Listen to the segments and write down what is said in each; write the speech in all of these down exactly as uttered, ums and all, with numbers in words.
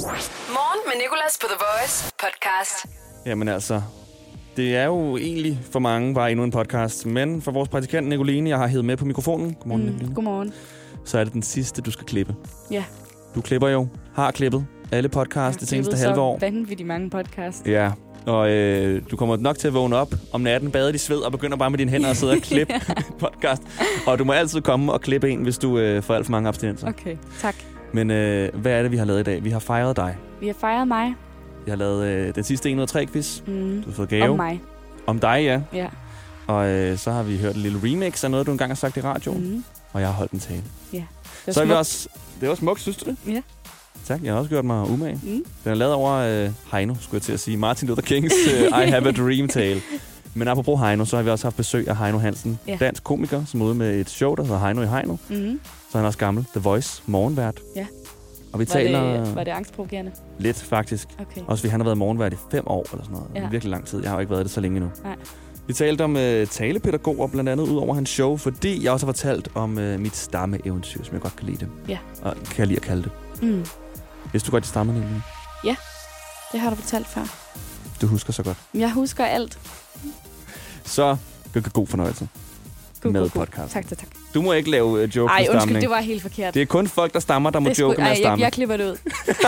Morgen med Nicolas på The Voice podcast. Jamen altså, det er jo egentlig for mange bare endnu en podcast, men for vores praktikant Nicoline, jeg har hævet med på mikrofonen. Godmorgen, mm, Nicoline. Godmorgen. Så er det den sidste, du skal klippe. Ja. Du klipper jo, har klippet alle podcasts det seneste halve år. Jeg har vanvittigt mange podcasts. Ja, og øh, du kommer nok til at vågne op om natten, bade i sved og begynder bare med dine hænder og sidde og klippe podcast. Og du må altid komme og klippe en, hvis du øh, får alt for mange abstinenser. Okay, tak. Men øh, hvad er det, vi har lavet i dag? Vi har fejret dig. Vi har fejret mig. Vi har lavet øh, den sidste en ud af tre quiz. Mm. Du har fået gave. Om mig. Om dig, ja. Ja. Og øh, så har vi hørt en lille remix af noget, du engang har sagt i radioen. Mm. Og jeg har holdt en tale. Ja. Så er vi også... Det var smukt, synes du det? Ja. Tak, jeg har også gjort mig umage. Mm. Den er lavet over øh, Heino, skulle jeg til at sige. Martin Luther Kings øh, I Have a Dream tale. Men apropos Heino, så har vi også haft besøg af Heino Hansen. Ja. Dansk komiker, som er ude med et show, der hedder Heino i Heino. Mm. Så er han også gammel. The Voice, morgenvært. Ja. Og vi var taler... Det, var det angstprovokerende? Lidt, faktisk. Okay. Også fordi han har været morgenvært i fem år eller sådan noget. Ja. Virkelig lang tid. Jeg har jo ikke været det så længe nu. Nej. Vi talte om øh, talepædagoger, blandt andet ud over hans show, fordi jeg også har fortalt om øh, mit stammeeventyr, som jeg godt kan lide det. Ja. Og kan jeg lide at kalde det. Mm. Hvis du godt i stammen, Nicoline? Ja, det har du fortalt før. Du husker så godt. Jeg husker alt. Så god fornøjelse God, med god, god. podcasten. Tak, tak, tak. Du må ikke lave uh, joke Ej, med stamning. undskyld, det var helt forkert. Det er kun folk, der stammer, der må det joke med at stamme. stamme. Jeg, jeg klipper det ud.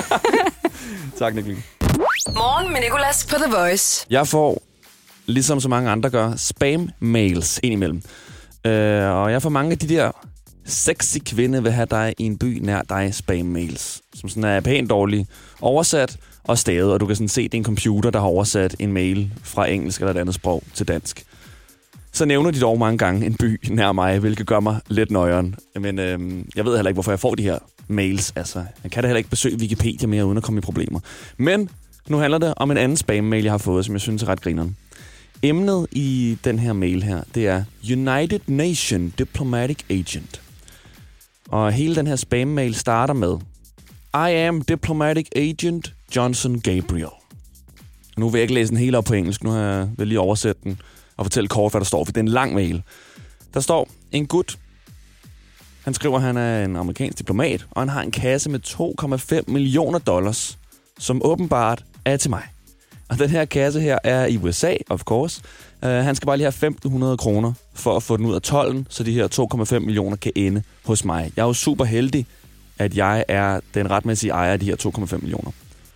Tak, Nicoline. Morgen med Nicolas på The Voice. Jeg får, ligesom så mange andre gør, spam-mails indimellem. Uh, og jeg får mange af de der sexy kvinde vil have dig i en by nær dig spam-mails, som sådan er pænt dårligt oversat og stavet, og du kan sådan se, det er en computer, der har oversat en mail fra engelsk eller et andet sprog til dansk. Så nævner de dog mange gange en by nær mig, hvilket gør mig lidt nøjeren. Men øhm, jeg ved heller ikke, hvorfor jeg får de her mails. Altså, jeg kan da heller ikke besøge Wikipedia mere, uden at komme i problemer. Men nu handler det om en anden spam-mail, jeg har fået, som jeg synes er ret grineren. Emnet i den her mail her, det er United Nation Diplomatic Agent. Og hele den her spam-mail starter med I am Diplomatic Agent Johnson Gabriel. Nu vil jeg ikke læse den hele op på engelsk. Nu har jeg vel lige oversat den og fortælle kort, hvad der står, for det er en lang mail. Der står, en gut, han skriver, at han er en amerikansk diplomat, og han har en kasse med to komma fem millioner dollars, som åbenbart er til mig. Og den her kasse her er i U S A, of course. Uh, han skal bare lige have femten hundrede kroner for at få den ud af tolden, så de her to komma fem millioner kan ende hos mig. Jeg er jo super heldig, at jeg er den retmæssige ejer af de her to komma fem millioner.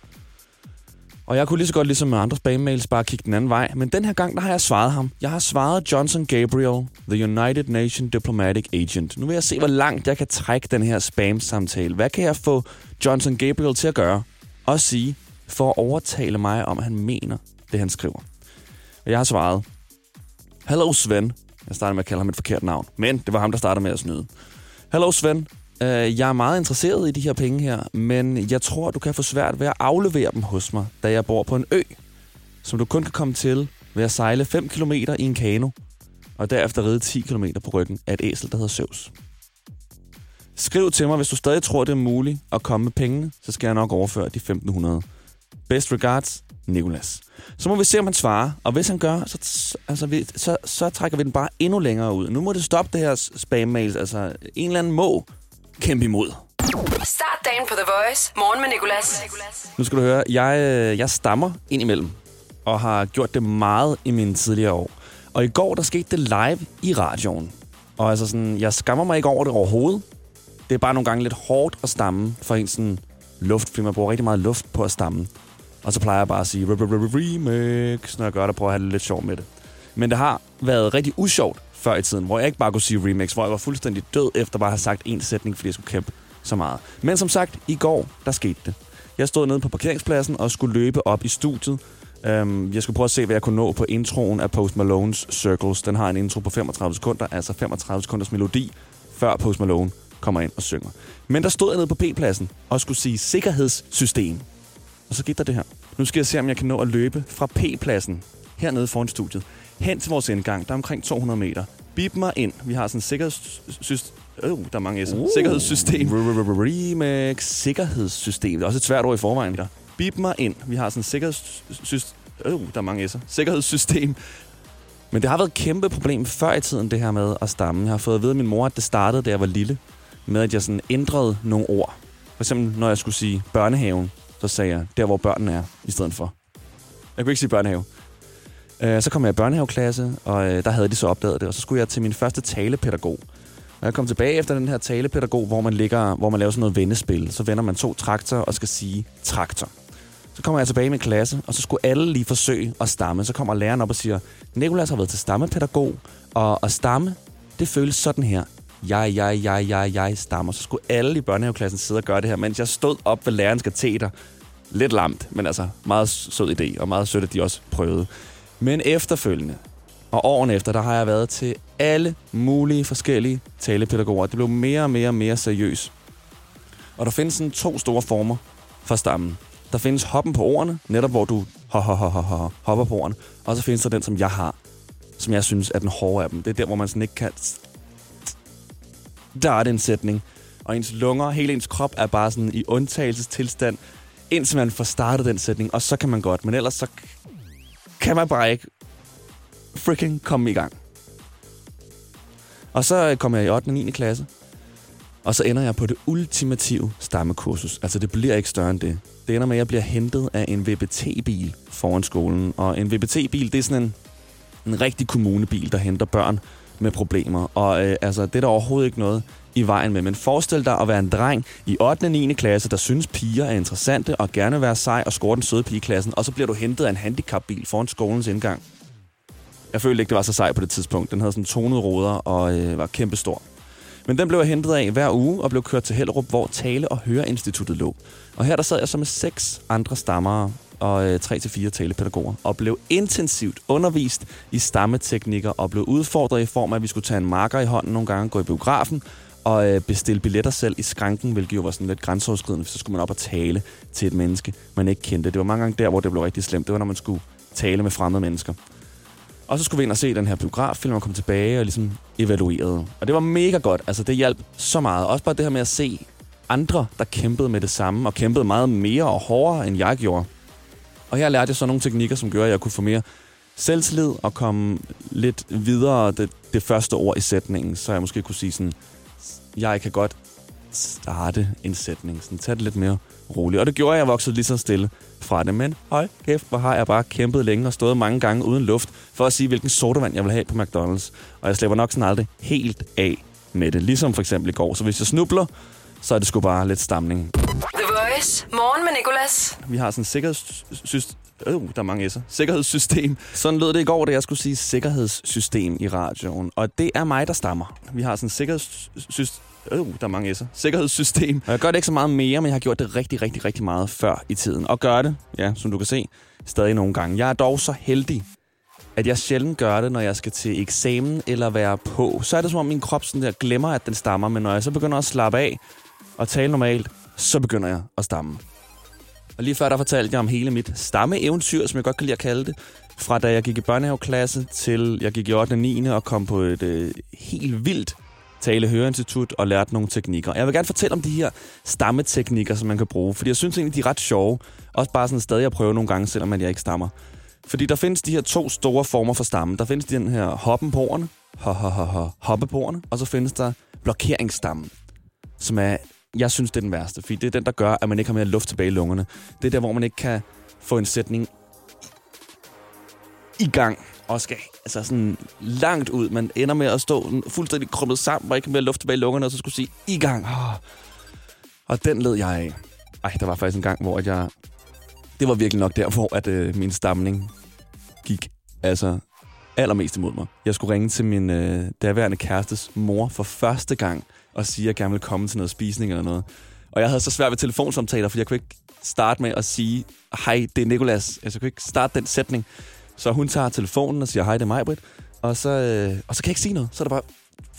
Og jeg kunne lige så godt, ligesom med andre spam-mails, bare kigge den anden vej. Men den her gang, der har jeg svaret ham. Jeg har svaret Johnson Gabriel, the United Nation Diplomatic Agent. Nu vil jeg se, hvor langt jeg kan trække den her spam-samtale. Hvad kan jeg få Johnson Gabriel til at gøre? Og sige, for at overtale mig om, at han mener det, han skriver. Og jeg har svaret, Hello Sven. Jeg starter med at kalde ham et forkert navn. Men det var ham, der startede med at snyde. Hello Sven. Jeg er meget interesseret i de her penge her, men jeg tror, du kan få svært ved at aflevere dem hos mig, da jeg bor på en ø, som du kun kan komme til ved at sejle fem kilometer i en kano, og derefter ride ti kilometer på ryggen af et æsel, der hedder Zeus. Skriv til mig, hvis du stadig tror, det er muligt at komme med pengene, så skal jeg nok overføre de femten hundrede. Best regards, Nicolas. Så må vi se, om han svarer, og hvis han gør, så, altså, vi, så, så trækker vi den bare endnu længere ud. Nu må det stoppe det her spam-mails, altså en eller anden må kæmpe imod. Start dagen på The Voice. Morgen med Nicolas. Nu skal du høre, jeg, jeg stammer indimellem, og har gjort det meget i mine tidligere år. Og i går, der skete det live i radioen. Og altså sådan, jeg skammer mig ikke over det overhovedet. Det er bare nogle gange lidt hårdt at stamme for en sådan luft, fordi man bruger rigtig meget luft på at stamme. Og så plejer jeg bare at sige remix, når jeg gør det, prøver at have det lidt sjovt med det. Men det har været rigtig usjovt før i tiden, hvor jeg ikke bare kunne sige remix, hvor jeg var fuldstændig død efter bare at have sagt en sætning, fordi jeg skulle kæmpe så meget. Men som sagt, i går, der skete det. Jeg stod nede på parkeringspladsen og skulle løbe op i studiet. Um, jeg skulle prøve at se, hvad jeg kunne nå på introen af Post Malones Circles. Den har en intro på femogtredive sekunder, altså femogtredive sekunders melodi, før Post Malone kommer ind og synger. Men der stod jeg nede på P-pladsen og skulle sige sikkerhedssystem. Og så gik der det her. Nu skal jeg se, om jeg kan nå at løbe fra P-pladsen hernede foran studiet hen til vores indgang. Der er omkring to hundrede meter. Bip mig ind. Vi har sådan en sikkerhedssystem. Øh, der er mange S'er. Uh. Sikkerhedssystem. Remix. Sikkerhedssystem. Det er også et svært ord i forvejen. Der. Bip mig ind. Vi har sådan en sikkerhedssystem. Øh, der er mange S'er. Sikkerhedssystem. Men det har været et kæmpe problem før i tiden, det her med at stamme. Jeg har fået at vide af min mor, at det startede, da jeg var lille, med at jeg sådan ændrede nogle ord. For eksempel, når jeg skulle sige børnehaven, Så sagde jeg, der hvor børnene er, i stedet for. Jeg kunne ikke sige børnehave. Øh, så kom jeg i børnehaveklasse, og øh, der havde de så opdaget det. Og så skulle jeg til min første talepædagog. Og jeg kom tilbage efter den her talepædagog, hvor man, ligger, hvor man laver sådan noget vendespil. Så vender man to traktorer og skal sige traktor. Så kommer jeg tilbage i min klasse, og så skulle alle lige forsøge at stamme. Så kommer læreren op og siger, Nicolas har været til stammepædagog, og at stamme, det føles sådan her. Jeg, jeg, jeg, jeg, jeg stammer. Så skulle alle i børnehaveklassen sidde og gøre det her, mens jeg stod op ved lærerens kateter. Lidt lamt, men altså meget sød idé, og meget sødt, at de også prøvede. Men efterfølgende, og årene efter, der har jeg været til alle mulige forskellige talepædagoger. Det blev mere og mere og mere seriøst. Og der findes sådan to store former for stammen. Der findes hoppen på ordene, netop hvor du ho, ho, ho, ho, ho, hopper på ordene. Og så findes der den, som jeg har, som jeg synes er den hårde af dem. Det er der, hvor man sådan ikke kan... Der er det en sætning. Og ens lunger, hele ens krop er bare sådan i undtagelsestilstand, indtil man får startet den sætning. Og så kan man godt, men ellers så kan man bare ikke freaking komme i gang. Og så kommer jeg i ottende og niende klasse. Og så ender jeg på det ultimative stammekursus. Altså, det bliver ikke større end det. Det ender med, at jeg bliver hentet af en V B T-bil foran skolen. Og en V B T-bil, det er sådan en, en rigtig kommunebil, der henter børn med problemer. Og øh, altså, det er der overhovedet ikke noget i vejen med. Men forestil dig at være en dreng i ottende og niende klasse, der synes piger er interessante og gerne vil være sej og score den søde pige i klassen. Og så bliver du hentet af en handicapbil foran skolens indgang. Jeg følte ikke, det var så sej på det tidspunkt. Den havde sådan tonede ruder og øh, var kæmpestor. Men den blev jeg hentet af hver uge og blev kørt til Hellerup, hvor Tale- og Høreinstituttet lå. Og her der sad jeg så med seks andre stammere og øh, tre til fire talepædagoger og blev intensivt undervist i stammeteknikker og blev udfordret i form af, at vi skulle tage en marker i hånden nogle gange, gå i biografen og øh, bestille billetter selv i skranken, hvilket jo var sådan lidt grænseoverskridende, så skulle man op og tale til et menneske, man ikke kendte. Det var mange gange der, hvor det blev rigtig slemt. Det var, når man skulle tale med fremmede mennesker. Og så skulle vi ind og se den her biograffilm og komme tilbage og ligesom evaluerede. Og det var mega godt. Altså, det hjalp så meget. Også bare det her med at se andre, der kæmpede med det samme, og kæmpede meget mere og hårdere, end jeg gjorde. Og her lærte jeg så nogle teknikker, som gjorde, at jeg kunne få mere selvtillid og komme lidt videre det, det første ord i sætningen. Så jeg måske kunne sige sådan, jeg kan godt starte en sætning. Sådan, tag det lidt mere roligt. Og det gjorde, at jeg voksede lige så stille fra det. Men høj kæft, hvor har jeg bare kæmpet længe og stået mange gange uden luft for at sige, hvilken sodavand jeg vil have på McDonald's. Og jeg slipper nok sådan aldrig helt af med det. Ligesom for eksempel i går. Så hvis jeg snubler, så er det sgu bare lidt stamning. The Voice. Morgen med Nicolas. Vi har sådan et sikkerhedssystem. Øh, der er mange s'er. Sikkerhedssystem. Sådan lød det i går, da jeg skulle sige sikkerhedssystem i radioen. Og det er mig, der stammer. Vi har sådan et sikkerhedssystem. Øh, der er mange s'er. Sikkerhedssystem. Og jeg gør det ikke så meget mere, men jeg har gjort det rigtig, rigtig, rigtig meget før i tiden. Og gør det, ja, som du kan se, stadig nogle gange. Jeg er dog så heldig, at jeg sjældent gør det, når jeg skal til eksamen eller være på. Så er det som om min krop sådan der glemmer, at den stammer. Men når jeg så begynder at slappe af og tale normalt, så begynder jeg at stamme. Og lige før der fortalte jeg om hele mit stammeeventyr, som jeg godt kan lide at kalde det. Fra da jeg gik i børnehaveklasse til jeg gik i ottende og niende og kom på et øh, helt vildt Tale- og Høreinstitut og lærte nogle teknikker. Jeg vil gerne fortælle om de her stammeteknikker, som man kan bruge. Fordi jeg synes egentlig, de er ret sjove. Også bare sådan stadig at prøve nogle gange, selvom jeg ikke stammer. Fordi der findes de her to store former for stammen. Der findes den her hoppen på ordene, ho, ho, ho, ho, hoppe på ordene, og så findes der blokeringsstammen, som er, jeg synes, det er den værste. Fordi det er den, der gør, at man ikke har mere luft tilbage i lungerne. Det er der, hvor man ikke kan få en sætning i gang og skal altså sådan langt ud. Man ender med at stå fuldstændig krummet sammen og ikke mere luft tilbage i lungerne, og så skulle sige i gang. Oh. Og den led jeg af. Ej, der var faktisk en gang, hvor jeg... Det var virkelig nok der, hvor at, øh, min stamning gik altså allermest imod mig. Jeg skulle ringe til min øh, daværende kærestes mor for første gang og sige, at jeg gerne ville komme til noget spisning eller noget. Og jeg havde så svært ved telefonsamtaler, for jeg kunne ikke starte med at sige, hej, det er Nicolas. Altså, jeg kunne ikke starte den sætning. Så hun tager telefonen og siger, hej, det er mig, Britt. Og så, øh, og så kan jeg ikke sige noget. Så er det bare...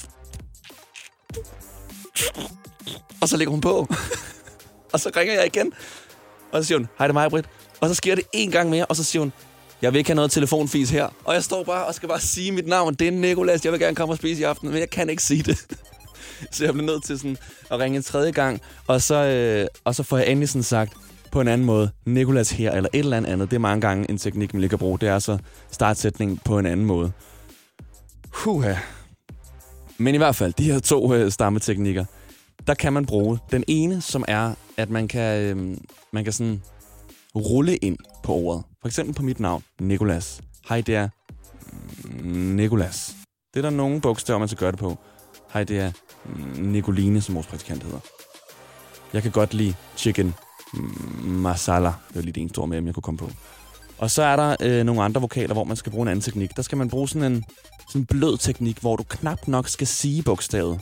Og så lægger hun på. Og så ringer jeg igen. Og så siger hun, hej, det er mig, Britt. Og så sker det en gang mere, og så siger hun, jeg vil ikke have noget telefonfis her. Og jeg står bare og skal bare sige mit navn. Det er Nicolas, jeg vil gerne komme og spise i aften, men jeg kan ikke sige det. Så jeg bliver nødt til sådan at ringe en tredje gang. Og så, øh, og så får jeg endelig sådan sagt på en anden måde, Nicolas her, eller et eller andet. Det er mange gange en teknik, man lige kan bruge. Det er altså startsætningen på en anden måde. Huha. Men i hvert fald, de her to øh, stammeteknikker, der kan man bruge den ene, som er, at man kan, øh, man kan sådan rulle ind på ordet. For eksempel på mit navn, Nicolas. Hej, det er Nicolas. Det er der nogle bogstaver, man skal gøre det på. Hej, det er Nicoline, som vores praktikant hedder. Jeg kan godt lide chicken masala. Det var lige det eneste ord med, jeg kunne komme på. Og så er der øh, nogle andre vokaler, hvor man skal bruge en anden teknik. Der skal man bruge sådan en sådan en blød teknik, hvor du knap nok skal sige bogstavet.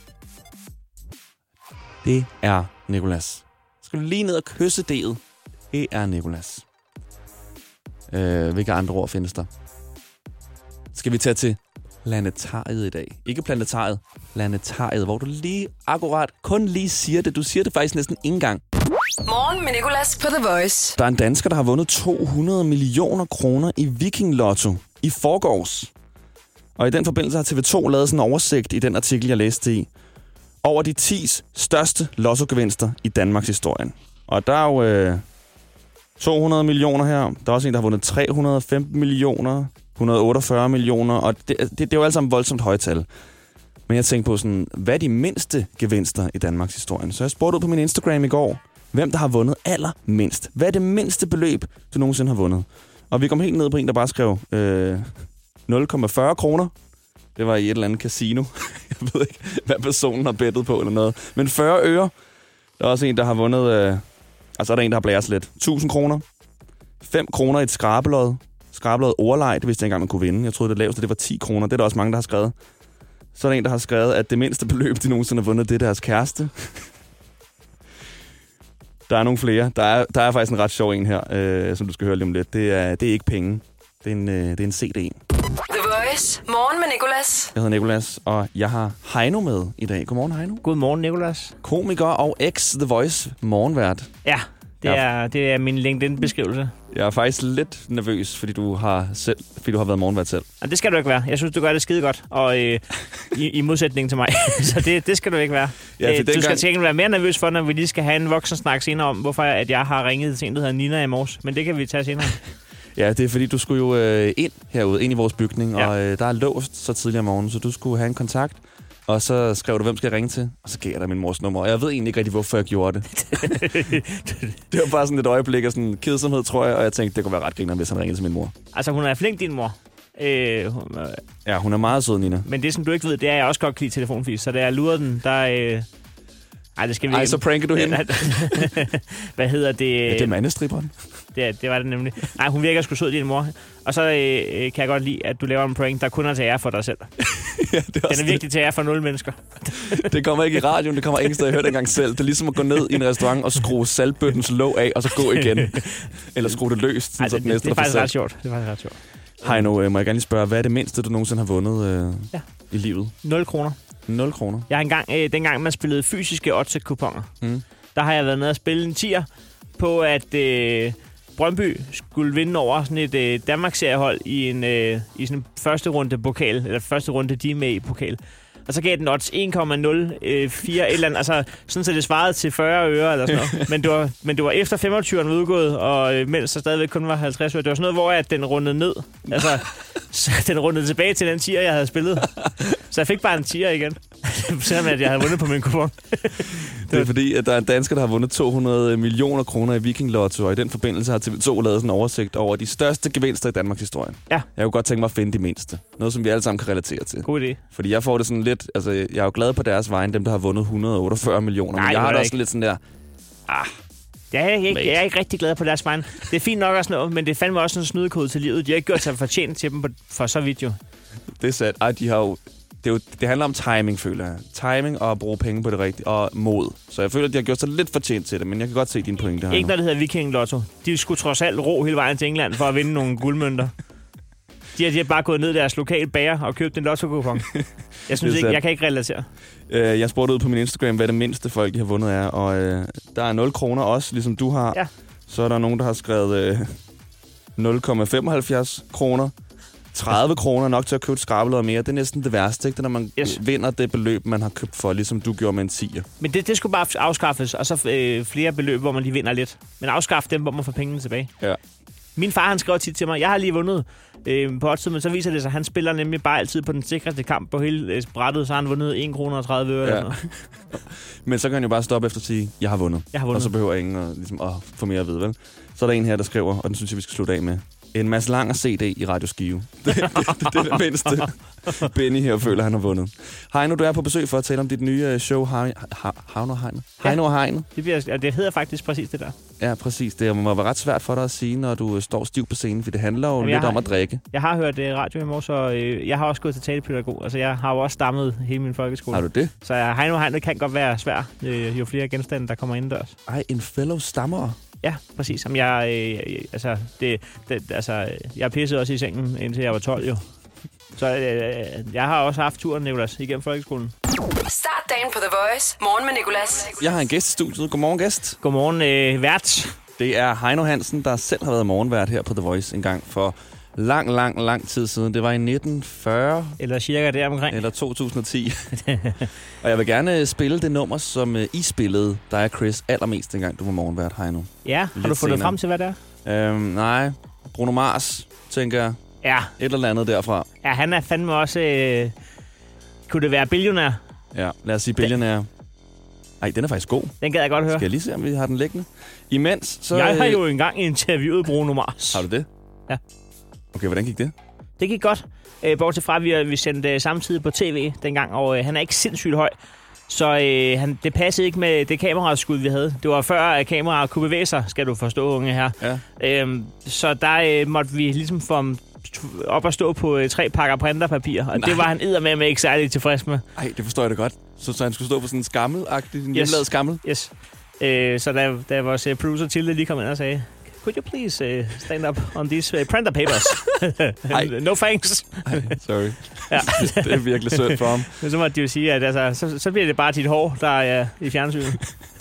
Det er Nicolas. Skal du lige ned og kysse D'et. Det er Nicolas. Øh, hvilke andre ord findes der? Skal vi tage til planetariet i dag? Ikke planetariet, planetariet, hvor du lige akkurat kun lige siger det. Du siger det faktisk næsten ingen gang. Morgen med Nicolas på The Voice. Der er en dansker, der har vundet to hundrede millioner kroner i Viking Lotto i forgårs. Og i den forbindelse har T V to lavet sådan en oversigt i den artikel, jeg læste i, over de ti største lottogevinster i Danmarks historie. Og der er jo øh, to hundrede millioner her. Der er også en, der har vundet tre hundrede og femten millioner, et hundrede og otteogfyrre millioner, og det, det, det er jo alt sammen voldsomt højtal. Men jeg tænkte på sådan, hvad er de mindste gevinster i Danmarks historie? Så jeg spurgte ud på min Instagram i går, hvem der har vundet allermindst. Hvad er det mindste beløb, du nogensinde har vundet? Og vi kom helt ned på en, der bare skrev øh, nul komma fyrre kroner. Det var i et eller andet casino. Jeg ved ikke, hvad personen har bettet på eller noget. Men fyrre øre. Der er også en, der har vundet... Øh, altså er der en, der har blæret lidt. tusind kroner. fem kroner i et skrabelod. Skrabelod ordleg, det vidste jeg ikke engang, man kunne vinde. Jeg troede, det laveste, det var ti kroner. Det er der også mange, der har skrevet. Så er der en, der har skrevet, at det mindste beløb, de nogensinde har vundet, det er deres kæreste. Der er nogle flere. Der er, der er faktisk en ret sjov en her, øh, som du skal høre lige om lidt. Det er, det er ikke penge. Det er en, øh, det er en C D. The Voice. Morgen med Nicolas. Jeg hedder Nicolas, og jeg har Heino med i dag. Godmorgen, Heino. Godmorgen, Nicolas. Komiker og ex-The Voice morgenvært. Ja, det, Ja. er, det er min LinkedIn-beskrivelse. Jeg er faktisk lidt nervøs, fordi du har, selv, fordi du har været morgenvært selv. Og det skal du ikke være. Jeg synes, du gør det skide godt, og øh, i, i modsætning til mig. Så det, det skal du ikke være. Ja, øh, du dengang... skal til gengæld være mere nervøs for, når vi lige skal have en voksensnak senere om, hvorfor at jeg har ringet til en, der hedder Nina i morges. Men det kan vi tage senere. Ja, det er fordi, du skulle jo øh, ind herude, ind i vores bygning, Ja. og øh, der er låst så tidligere om morgenen, så du skulle have en kontakt. Og så skrev du, hvem skal jeg ringe til? Og så gav jeg dig min mors nummer. Og jeg ved egentlig ikke rigtig, hvorfor jeg gjorde det. Det var bare sådan et øjeblik af sådan kedsomhed, tror jeg. Og jeg tænkte, det kunne være ret griner, hvis han ringede til min mor. Altså, hun er flink, din mor. Øh, hun, øh, Ja, hun er meget sød, Nina. men det, som du ikke ved, det er, at jeg også godt kan lide telefonfis. Så da jeg lurer den, der... Øh, ej, det skal vi Ej, ikke. så pranker du hende. Hvad hedder det? Ja, det er mandestripperen. Det, det var det nemlig. Nej, hun virker sgu sød, din mor. Og så øh, kan jeg godt lide, at du laver en prank, der kun er til ære for dig selv. Ja, det er, Den er virkelig til ære for nul mennesker. det. det kommer ikke i radioen, det kommer ingen sted. Jeg hørte det engang selv. Det er ligesom at gå ned i en restaurant og skrue saltbøttens låg af, og så gå igen. Eller skrue det løst, sådan, Altså, så den det, næste det er for faktisk selv. ret sjovt. Det er faktisk ret sjovt. Hej nu, øh, må jeg gerne lige spørge, hvad er det mindste, du nogensinde har vundet øh, Ja. i livet? nul kroner. nul kroner. Jeg har engang, øh, dengang man spillede fysiske odds-kuponer, Mm. der har jeg været nede og spille en tier på, at øh, Brøndby skulle vinde over sådan et øh, Danmarksseriehold i en øh, i sådan en første runde pokal, eller første runde de er med i pokal. Og så gav den odds en komma nul fire et eller andet, altså sådan så det svarede til fyrre øre eller sådan noget. Men det var, men det var efter femogtyveren var udgået, og øh, mens der stadigvæk kun var halvtreds øre. Det var sådan noget, hvor at den rundede ned. Altså, så den rundede tilbage til den tier, jeg havde spillet. Så jeg fik bare en tier igen, selvom at jeg havde vundet på min kupon. Det er fordi, at der er en dansker, der har vundet to hundrede millioner kroner i Viking Lotto, og i den forbindelse har T V to lavet sådan en oversigt over de største gevinster i Danmarks historie. Ja. Jeg kunne godt tænke mig at finde de mindste. Noget, som vi alle sammen kan relatere til. God idé. Fordi jeg får det sådan lidt... Altså, jeg er jo glad på deres vegne, dem, der har vundet et hundrede og otteogfyrre millioner. Nej, Men jeg det har var da det også ikke. lidt sådan der... Ah, Jeg er, ikke, Mate. jeg er ikke rigtig glad på deres vegne. Det er fint nok også noget, men det er fandme også en snydekode til livet. De har ikke gjort sig fortjent til dem på, for så vidt jo. det er sandt. Ej, de har jo... Det, er jo, det handler om timing, føler jeg. Timing og at bruge penge på det rigtige. Og mod. Så jeg føler, at de har gjort sig lidt fortjent til det, men jeg kan godt se dine pointe her. Ikke når det hedder Viking Lotto. De skulle trods alt ro hele vejen til England for at vinde nogle guldmønter. De har, de har bare gået ned i deres lokale bager og købt en lotto-kupon. Jeg synes ikke, jeg kan ikke relatere. Øh, jeg spurgte ud på min Instagram, hvad det mindste folk, de har vundet er. Og øh, der er nul kroner også, ligesom du har. Ja. Så er der nogen, der har skrevet øh, nul komma femoghalvfjerds kroner. tredive kroner nok til at købe skrabelod og mere. Det er næsten det værste, ikke? Det er, når man Yes. vinder det beløb, man har købt for, ligesom du gjorde med en tier. Men det, det skulle bare afskaffes, og så øh, flere beløb, hvor man lige vinder lidt. Men afskaffe dem, hvor man får pengene tilbage. Ja. Min far, han skriver tit til mig, jeg har lige vundet øh, på odds, men så viser det sig, at han spiller nemlig bare altid på den sikreste kamp på hele øh, brættet, så har han vundet en krone og tredive øre. Ja. Eller sådan Men så kan han jo bare stoppe efter at sige, jeg har vundet. Jeg har vundet. Og så behøver ingen at, ligesom, at få mere at vide, vel? Så er der en her, der skriver, og den synes jeg, vi skal slutte af med. En masse lang C D i radioskive. Det, det, det, det er det mindste, Benny her føler, han har vundet. Heino, du er på besøg for at tale om dit nye show, Heino og Heino. Heino og Heino. Det, bliver, ja, det hedder faktisk præcis det der. Ja, præcis. Det må være ret svært for dig at sige, når du står stiv på scenen, for det handler jo Jamen, lidt har, om at drikke. Jeg har hørt uh, radio i morges, og uh, jeg har også gået til talepædagog. Altså, jeg har jo også stammet hele min folkeskole. Har du det? Så uh, Heino og Heino kan godt være svær, uh, jo flere genstande, der kommer indendørs. Ej, en fellow stammer. Ja, præcis. Jamen, jeg, øh, altså, det, det, altså, jeg pissede også i sengen, indtil jeg var tolv, jo. Så øh, jeg har også haft turen, Nicolas, igennem folkeskolen. Start dagen på The Voice. Morgen med Nicolas. Jeg har en gæst i studiet. Godmorgen, gæst. Godmorgen, øh, vært. Det er Heino Hansen, der selv har været morgenvært her på The Voice en gang for lang, lang, lang tid siden. Det var i nitten fyrre. Eller cirka der omkring. Eller to tusind og ti. Og jeg vil gerne spille det nummer, som I spillede, der er Chris, allermest dengang du var morgenvært, Heino. Ja, har Lidt du fundet senere. frem til, hvad det er? Øhm, nej, Bruno Mars, tænker jeg. Ja, Et eller andet derfra. ja han er fandme også... Øh, kunne det være billionær? Ja, lad os sige billionær. Ej, den er faktisk god. Den gad jeg godt høre. Skal jeg lige se, om vi har den liggende? Imens, så... Jeg har øh, jo engang interviewet Bruno Mars. Har du det? Ja. Okay, hvordan gik det? Det gik godt. Øh, bortset fra, at vi, vi sendte øh, samtidig på tv dengang, og øh, han er ikke sindssygt høj. Så øh, han, det passede ikke med det kameraskud, vi havde. Det var før, at kameraet kunne bevæge sig, skal du forstå, unge her. Ja. Øhm, så der øh, måtte vi ligesom få ham op og stå på øh, tre pakker printerpapir, og Nej. det var han eddermame ikke særlig tilfreds med. Ej, det forstår jeg da godt. Så, så han skulle stå på sådan en skammel-agtig, en yes. hjemmelavet skammel? Yes. Øh, så da, da vores øh, producer Tilde lige kom ind og sagde, could you please uh, stand up on these uh, printer papers? No thanks. Ej, sorry. Ja. Det er virkelig synd for ham. Men så måtte de jo sige, at altså, så, så bliver det bare dit hår, der er i fjernsynet.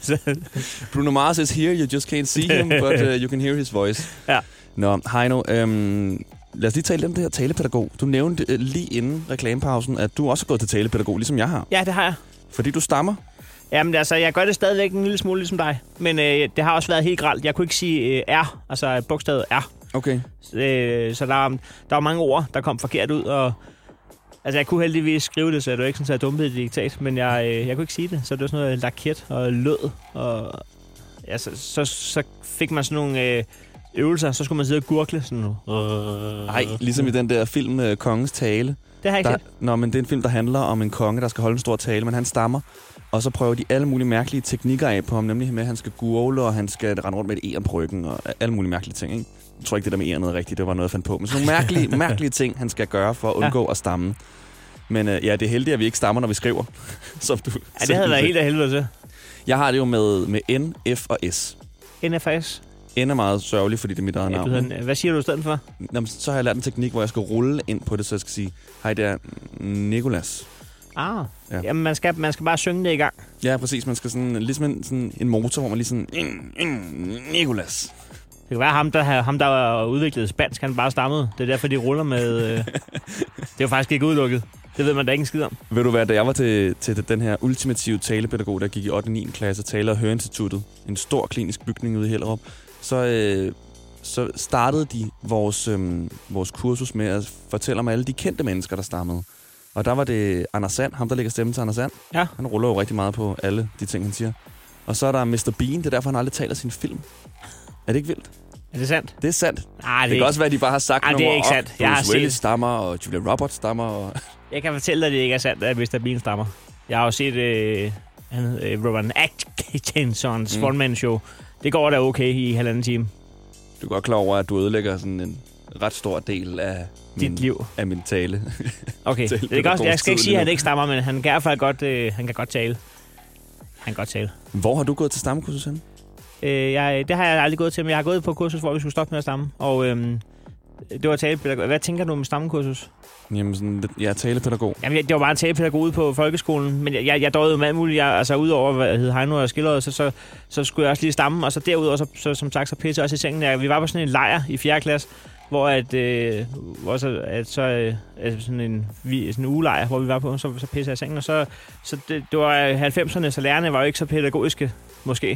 Bruno Mars is here, you just can't see him, but uh, you can hear his voice. Ja. Nå, Heino, øhm, lad os lige tale om det her talepædagog. Du nævnte uh, lige inden reklamepausen, at du også har gået til talepædagog, ligesom jeg har. Ja, det har jeg. Fordi du stammer. Jamen altså, jeg gør det stadigvæk en lille smule ligesom dig. Men øh, det har også været helt grelt. Jeg kunne ikke sige øh, R, altså bogstavet R. Okay. Øh, så der, der var mange ord, der kom forkert ud. Og, altså, jeg kunne heldigvis skrive det, så det var ikke sådan, at jeg dumpede det diktat. Men jeg, øh, jeg kunne ikke sige det. Så det var sådan noget laket og lød. Og, ja, så, så, så fik man sådan nogle øh, øvelser. Så skulle man sidde og gurgle sådan noget. Nej, ligesom i den der film uh, Kongens Tale. Det har jeg ikke Der, set. nå, men det er en film, der handler om en konge, der skal holde en stor tale, men han stammer. Og så prøver de alle mulige mærkelige teknikker af på ham, nemlig med, at han skal gurgle, og han skal rende rundt med et eren på ryggen, og alle mulige mærkelige ting, ikke? Jeg tror ikke, det der med eren er rigtigt, det var noget, jeg fandt på. Men sådan nogle mærkelige, mærkelige ting, han skal gøre for at undgå ja. at stamme. Men uh, ja, det er heldigt, at vi ikke stammer, når vi skriver. Som du Ja, det havde været helt af helvede til. Jeg har det jo med, med N, F og S. N F S. N er meget sørgelig, fordi det er mit eget Ja, navn. hedder, hvad siger du i stedet for? Jamen, så har jeg lært en teknik, hvor jeg skal rulle ind på det, så jeg skal sige, hej, det er Nicolas. Ah, Ja. jamen man skal, man skal bare synge det i gang. Ja, præcis. Man skal sådan, ligesom en, sådan en motor, hvor man lige sådan, mm, mm, Nicolas. Det kan være ham, der har ham, der har udviklet spansk, han bare stammede. Det er derfor, de ruller med... Øh... det er jo faktisk ikke udelukket. Det ved man da ikke en skid om. Ved du hvad, da jeg var til, til den her ultimative talepædagog, der gik i ottende og niende klasse, Tale- og Høreinstituttet, en stor klinisk bygning ude i Hellerup, så, øh, så startede de vores, øh, vores kursus med at fortælle om alle de kendte mennesker, der stammede. Og der var det Anders Sand, ham der lægger stemme til Anders Sand. Ja. Han ruller jo rigtig meget på alle de ting, han siger. Og så er der mister Bean, det er derfor, han aldrig taler sin film. Er det ikke vildt? Er det sandt? Det er sandt. Nej, Det, det, det kan også være, at de bare har sagt Ej, nogle det er ord ikke op. sandt. Jeg har Bruce Willis set- stammer, og Julia Roberts stammer. Og... Jeg kan fortælle dig, at det ikke er sandt, at mister Bean stammer. Jeg har jo set øh, han, øh, Rowan Atkinsons mm. one-man-show. Det går da okay i halvanden time. Du er godt klar over, at du ødelægger sådan en ret stor del af min, Dit liv. af min tale. Okay, Til det er godt. Jeg skal ikke pædagogstid sige, at han lige nu. ikke stammer, men han kan i hvert fald godt, øh, han kan godt tale. Han kan godt tale. Hvor har du gået til stammekursus hen? Øh, jeg, det har jeg aldrig gået til, men jeg har gået på kursus, hvor vi skulle stoppe med at stamme. Og øhm, det var talepædagog. Hvad tænker du om stammekursus? Jamen, sådan, lidt- jeg er talepædagog. Jamen, jeg- det var bare en talepædagog ude på folkeskolen, men jeg, jeg, jeg døjede med alt muligt. Jeg, altså, udover hvad hed Heino og Skildret, så, så, så skulle jeg også lige stamme. Og så derudover, så, så som sagt, så pisse jeg også i sengen. Jeg, vi var på sådan en lejr i fjerde klasse, hvor at, øh, hvor så, at så øh, altså sådan en, vi, sådan en ugelejr, hvor vi var på, så, så pisse jeg i sengen. Og så, så det, det var halvfemserne, så lærerne var jo ikke så pædagogiske, måske.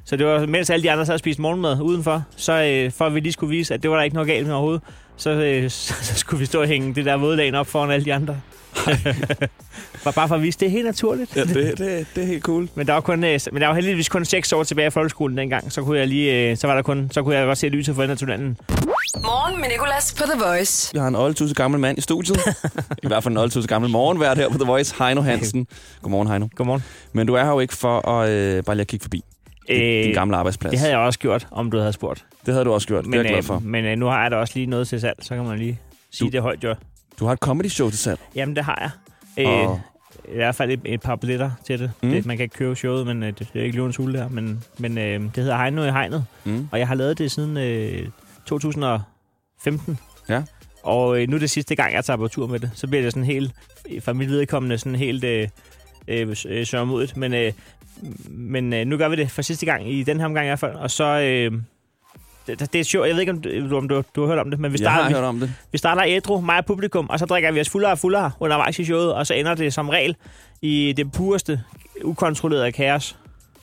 Så det var, mens alle de andre sad og spiste morgenmad udenfor, så øh, for at vi lige skulle vise, at det var der ikke noget galt med overhovedet, så, øh, så, så skulle vi stå og hænge det der vådlagen op foran alle de andre. Var bare for at vise, det er helt naturligt. Ja, det, det, det er helt cool. Men der var kun, øh, men der var heldigvis kun seks år tilbage i folkeskolen dengang, så kunne jeg lige, øh, så var der kun, så kunne jeg godt se lyset for enden af tunnelen. Morgen med Nicolas på The Voice. Jeg har en oldtusse gammel mand i studiet. I hvert fald en oldtusse gammel morgenvært her på The Voice. Heino Hansen. Godmorgen, Heino. Godmorgen. Men du er her jo ikke for at øh, bare lige at kigge forbi din, Øh, din gamle arbejdsplads. Det havde jeg også gjort, om du havde spurgt. Det havde du også gjort. Men, det er jeg glad for. Øh, men øh, nu har jeg da også lige noget til salg, så kan man lige sige Du- det højt, jo. Du har et comedy show til salg. Jamen, det har jeg. Øh, Og- I hvert fald et, et par billetter til det. Mm. Mm. det. Man kan ikke købe showet, men øh, det er ikke løvens hule der. Men, men øh, det hedder Heino i hegnet, Mm. og jeg har lavet det siden øh, to tusind og femten. Ja. Og øh, nu er det sidste gang, jeg tager på tur med det. Så bliver det sådan helt, for mit vedkommende, sådan helt øh, øh, øh, sørmodigt. Men, øh, men øh, nu gør vi det for sidste gang, i den her omgang i hvert fald. Og så... Øh, det, det er et show, jeg ved ikke, om du, om du, du har hørt om det, men vi Jeg har starter, hørt om det. vi, vi starter ædru, mig og publikum, og så drikker vi os fuldere og fuldere undervejs i showet, og så ender det som regel i det pureste, ukontrollerede kaos.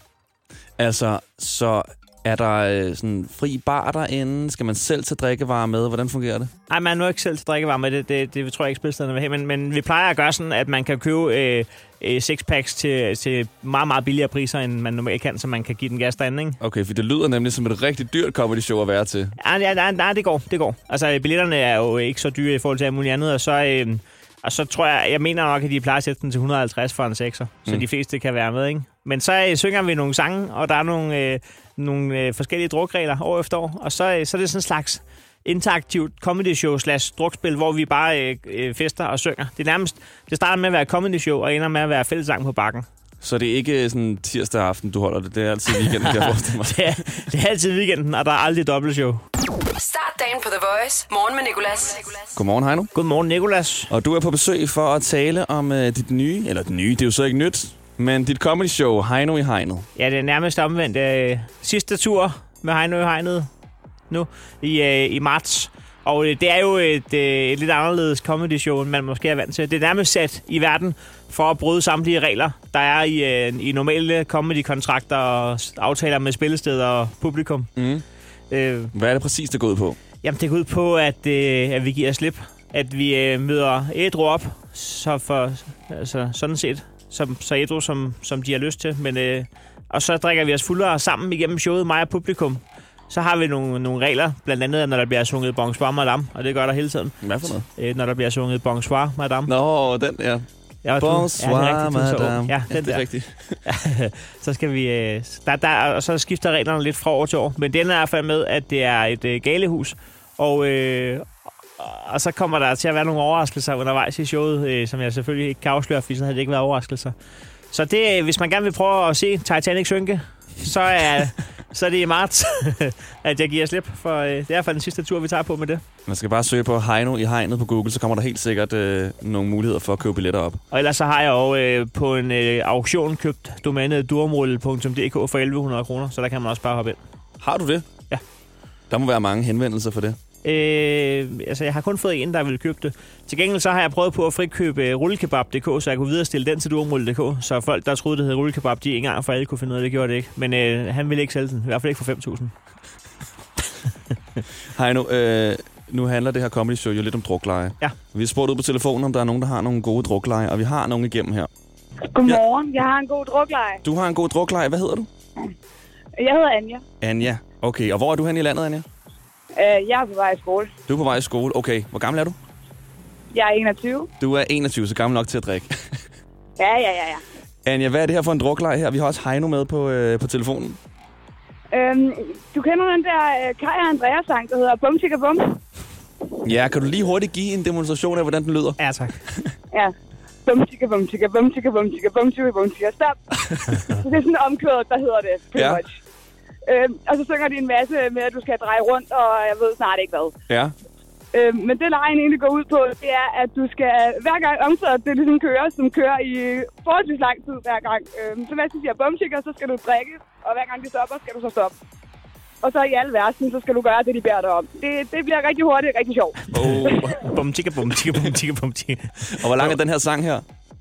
Altså, så er der øh, sådan fri bar derinde? Skal man selv tage drikkevarer med? Hvordan fungerer det? Nej, man er nu ikke selv til drikkevarer med det. Det, det tror jeg ikke, spilstederne vil have. Men, men vi plejer at gøre sådan, at man kan købe øh, øh, sixpacks til, til meget, meget billigere priser, end man normalt kan, så man kan give den gas derinde, ikke? Okay, for det lyder nemlig som et rigtig dyrt comedy show at være til. Nej, nej, nej, nej, det går, det går. Altså, billetterne er jo ikke så dyre i forhold til alt muligt andet, og så, øh, og så tror jeg, jeg mener nok, at de plejer at sætte den til et hundrede og halvtreds for en sekser, så Mm. de fleste kan være med, ikke? Men så øh, synger vi nogle sange, og der er nogle, øh, nogle øh, forskellige drukregler år efter år, og så, øh, så er det sådan en slags interaktivt comedy show slash drukspil, hvor vi bare øh, øh, fester og synger. Det er nærmest, det starter med at være comedy show, og ender med at være fællessang på bakken. Så det er ikke sådan tirsdag aften, du holder det. Det er altid weekenden, kan jeg forestille mig. Det er, det er altid weekenden, og der er aldrig dobbeltshow. Start dagen på The Voice. Morgen med Nicolas. Godmorgen, Heino. Godmorgen, Nicolas. Og du er på besøg for at tale om øh, dit nye, eller det nye, det er jo så ikke nyt, men dit comedy show, Heino i hegnet. Ja, det er nærmest omvendt. Øh, sidste tur med Heino i hegnet nu i, øh, i marts. Og øh, det er jo et, øh, et lidt anderledes comedy show, end man måske er vant til. Det er nærmest sat i verden for at bryde samtlige regler, der er i, øh, i normale comedy-kontrakter og aftaler med spillesteder og publikum. Mm. Øh, Hvad er det præcis, det går ud på? Jamen, det går ud på, at, øh, at vi giver slip. At vi øh, møder ædru op, så for, altså, sådan set, som, så ædru, som, som de har lyst til. Men, øh, og så drikker vi os fuldere sammen igennem showet, mig og publikum. Så har vi nogle, nogle regler, blandt andet, når der bliver sunget Bonsoir Madame, og det gør der hele tiden. Hvad for noget? Øh, når der bliver sunget Bonsoir Madame. Nå, den, ja. Ja, og du- Bonsoir, ja, det er rigtigt, du er så ung. madame. Ja, den det er der. rigtigt. Så skal vi... Øh, der, der, og så skifter reglerne lidt fra år til år. Men den er i hvert fald med, at det er et øh, galehus. Og, øh, og så kommer der til at være nogle overraskelser undervejs i showet, øh, som jeg selvfølgelig ikke kan afsløre, for så havde det ikke været overraskelser. Så det, hvis man gerne vil prøve at se Titanic synke, så er, så er det i marts, at jeg giver slip. For øh, det er i hvert fald den sidste tur, vi tager på med det. Man skal bare søge på Heino i hegnet på Google, så kommer der helt sikkert øh, nogle muligheder for at købe billetter op. Og ellers så har jeg jo øh, på en øh, auktion købt domænet durumrulle punktum d k for elleve hundrede kroner, så der kan man også bare hoppe ind. Har du det? Ja. Der må være mange henvendelser for det. Øh, altså, jeg har kun fået en, der vil købe det. Til gengæld så har jeg prøvet på at frikøbe rullekebab punktum d k, så jeg kunne viderestille den til durumrulle punktum d k. Så folk, der troede, det hed rullekebab, de ikke engang for alle kunne finde ud af, det gjorde det ikke. Men øh, han ville ikke sælge den, i hvert fald ikke for fem tusind. Heino, øh, nu handler det her comedy show jo lidt om drukleje. Ja. Vi har spurgt ud på telefonen, om der er nogen, der har nogle gode drukleje, og vi har nogen igennem her. Godmorgen, jeg har en god drukleje. Du har en god drukleje. Hvad hedder du? Jeg hedder Anja. Anja. Okay, og hvor er du hen i landet, Anja? Øh, Jeg er på vej i skole. Du er på vej i skole. Okay, hvor gammel er du? Jeg er enogtyve. Du er enogtyve, så gammel nok til at drikke. Ja, ja, ja, ja. Anja, hvad er det her for en drukleje her? Vi har også Heino med på, øh, på telefonen. Øhm, du kender den der øh, Kaj og Andreas sang, der hedder Bum Chicka Bum? Ja, kan du lige hurtigt give en demonstration af, hvordan den lyder? Ja, tak. Ja. Bum Chicka Bum Chicka Bum Chicka Bum Chicka Bum Chicka Bum Chicka Stop. Så det er sådan en omkvæd, der hedder det, pretty Ja. much. Øhm, og så synger de en masse med, at du skal dreje rundt, og jeg ved snart ikke hvad. Ja. Øhm, men det lejen egentlig går ud på, det er, at du skal hver gang omkvædet, det ligesom kører, som kører i forholdsvis lang tid hver gang. Øhm, så hvis du siger Bum Chicka, så skal du drikke, og hver gang de stopper, skal du så stoppe. Og så i alle versen, så skal du gøre det, de beder dig om. Det, det bliver rigtig hurtigt, rigtig sjovt. Oh. Bum, tigga, bum, tigga, bum, tigga, bum, tigga. Og hvor lang er den her sang her?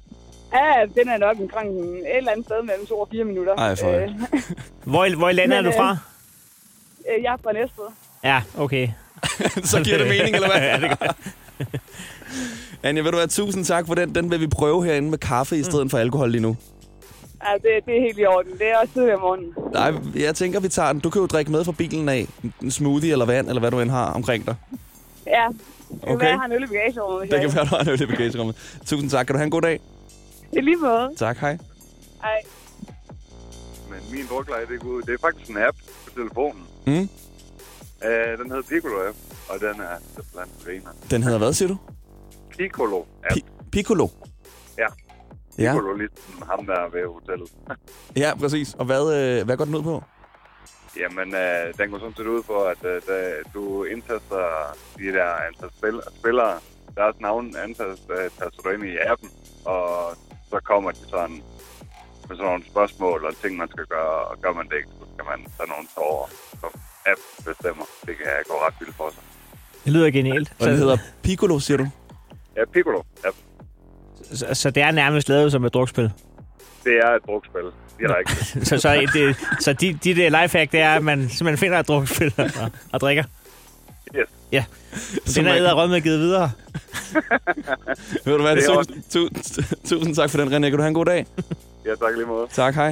Ja, den er nok omkring et eller andet sted mellem to og fire minutter. Ej, for øh, Hvor, i- hvor i landet er du fra? øh, Jeg er fra Næstved. Ja, okay. Så giver det mening, eller hvad? Ja, det gør. Anja, vil du have tusind tak for den. Den vil vi prøve herinde med kaffe i stedet for alkohol lige nu. Ja, det, det er helt i orden. Det er også tidligere om morgenen. Nej, jeg tænker, vi tager den. Du kan jo drikke med fra bilen af. En smoothie eller vand, eller hvad du end har omkring dig. Ja, det kan Okay. være, jeg har en øl i bagagerummet. hvis Det jeg kan være, du har en øl i bagagerummet. Tusind tak. Kan du have en god dag? Det er lige måde. Tak, hej. Hej. Men min drukleje, det er, god. Det er faktisk en app på telefonen. Mm. Uh, den hedder Piccolo-app, og den er blandt griner. Den hedder hvad, siger du? Piccolo-app. Pi- Piccolo. Ja. Ja. Piccolo, ligesom ham der ved hotellet. Ja, præcis. Og hvad, øh, hvad går den ud på? Jamen, uh, den går sådan set ud på, at uh, da du indtaster de der antal spil- spillere, deres navn antaster du ind i appen, og så kommer de sådan med sådan nogle spørgsmål og ting, man skal gøre, og gør man det ikke, så skal man tage nogle tårer, som app bestemmer. Det kan gå ret vildt for sig. Det lyder genialt. Og den hedder Piccolo, siger du? Ja, Piccolo. Ja. Så, så det er nærmest lavet som et drukspil? Det er et drukspil. Direkte. så så, det, så de, de der lifehack, det er, at man simpelthen finder et drukspil og, og drikker? Yes. Ja. Den er edderrød med givet videre. Ved du hvad, Det er tusind, tusind, tusind tak for den, René. Kan du have en god dag? Ja, tak lige måde. Tak, hej.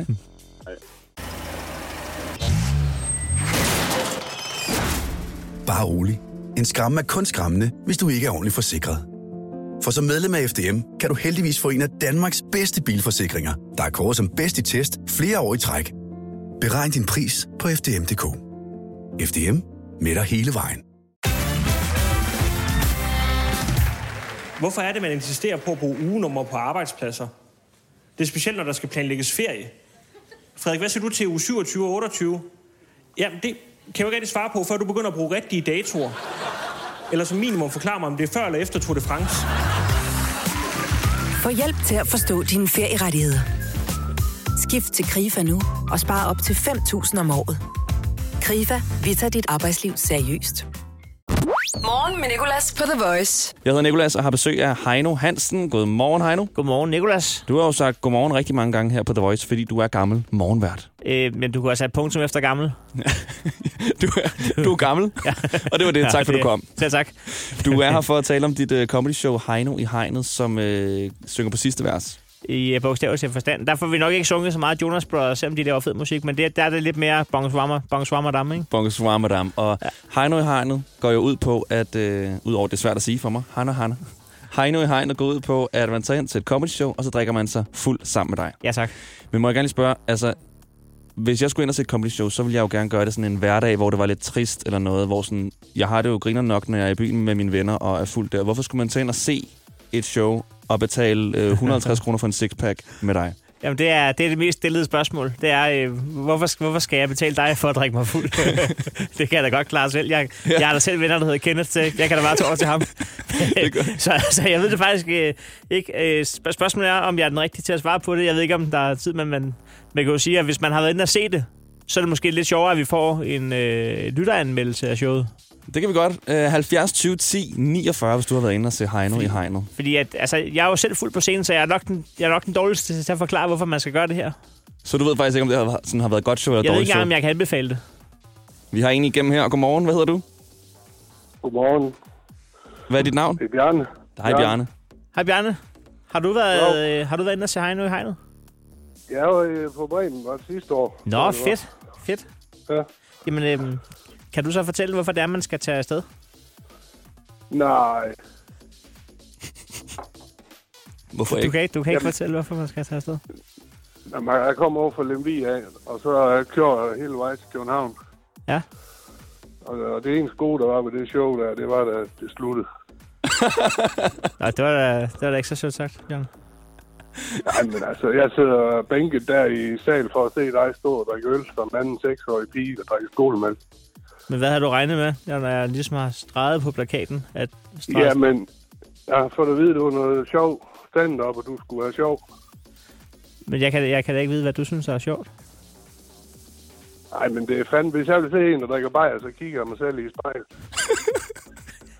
Bare rolig. En skræmme er kun skræmmende, hvis du ikke er ordentligt forsikret. For som medlem af F D M kan du heldigvis få en af Danmarks bedste bilforsikringer, der er kåret som bedst i test flere år i træk. Beregn din pris på F D M punktum d k. F D M med dig hele vejen. Hvorfor er det, man insisterer på at bruge ugenummer på arbejdspladser? Det er specielt, når der skal planlægges ferie. Frederik, hvad siger du til uge syvogtyve og otteogtyve? Jamen, det kan jeg jo ikke rigtig svare på, før du begynder at bruge rigtige datoer. Eller som minimum forklare mig, om det er før eller efter Tour de France. Få hjælp til at forstå dine ferierettigheder. Skift til KRIFA nu og spar op til fem tusind om året. KRIFA, vi tager dit arbejdsliv seriøst. Morgen med Nicolas på The Voice. Jeg hedder Nicolas og har besøg af Heino Hansen. Godmorgen, Heino. Godmorgen, Nicolas. Du har jo sagt godmorgen rigtig mange gange her på The Voice, fordi du er gammel morgenvært. Øh, men du kunne også have et punktum efter gammel. du, er, du er gammel, ja. Og det var det. Tak for, ja, du kom. Selv tak. Du er her for at tale om dit uh, comedy show Heino i Hegnet, som uh, synger på sidste vers. I uh, bogstavelig forstand. Der får vi nok ikke sunget så meget Jonas Brothers, selvom de laver fed musik, men det, der er det lidt mere Bonsoir ikke? Bonsoir Madame. Og ja. Heino i Hegnet går jo ud på, at uh, udover det er svært at sige for mig, Hanna Hanna. Heino i Hegnet går ud på, at man tager hen til et comedy show, og så drikker man sig fuld sammen med dig. Ja, tak. Men må jeg gerne lige spørge, altså, hvis jeg skulle ind og se et comedy show, så ville jeg jo gerne gøre det sådan en hverdag, hvor det var lidt trist eller noget, hvor sådan, jeg har det jo griner nok, når jeg er i byen med mine venner og er fuld der. Hvorfor skulle man tage ind og se et show og betale øh, et hundrede og halvtreds kroner for en sixpack med dig? Jamen, det er det, er det mest stillede spørgsmål. Det er, øh, hvorfor, hvorfor skal jeg betale dig for at drikke mig fuld? Det kan jeg da godt klare selv. Jeg, ja. jeg har da selv venner, der hedder Kenneth til. Jeg kan da bare tage over til ham. så altså, jeg ved det faktisk øh, ikke. Øh, spørgsmålet er, om jeg er den rigtige til at svare på det. Jeg ved ikke, om der er tid, men man, man kan jo sige, at hvis man har været inde og se det, så er det måske lidt sjovere, at vi får en øh, lytteranmeldelse af showet. Det kan vi godt. Uh, halvfjerds tyve ti niogfyrre, hvis du har været inde og se Heino fordi, i Hegnet. Fordi at, altså, jeg er jo selv fuld på scenen, så jeg er nok den, jeg er nok den dårligste til at forklare, hvorfor man skal gøre det her. Så du ved faktisk ikke, om det har, sådan har været et godt show eller jeg dårligt show? Jeg ved ikke engang, om jeg kan anbefale det. Vi har en igennem her. Godmorgen, hvad hedder du? Godmorgen. Hvad er dit navn? Det er Bjarne. Hej Bjarne. Hej Bjarne. Har du været, øh, har du været inde og se Heino i Hegnet? Jeg var øh, på Bremen var sidste år. Nå, fedt. Fedt. Ja. Jamen, øh, kan du så fortælle, hvorfor det er, man skal tage afsted? Nej. Hvorfor du ikke? Kan ikke du kan ikke Jamen, fortælle, hvorfor man skal tage afsted? Jamen, jeg kom over fra Lemvig af, og så kører jeg hele vejen til København. Ja. Og, og det eneste gode, der var ved det show der, det var, da det sluttede. Nej, det var da, det var da ikke så sødt sagt, Jan. Nej, men altså, jeg sidder bænket der i sal for at se dig stå og drikke øl som anden seksårig pige, der drikker skolemælk. Men hvad har du regnet med, når jeg ligesom har streget på plakaten? At streget... Ja, men jeg har fået at vide, at det var noget sjov stand-up, og du skulle være sjov. Men jeg kan, jeg kan da ikke vide, hvad du synes er sjovt. Nej, men det er fandme. Hvis jeg vil se en, der drikker bajer, så kigger jeg mig selv i spejlet.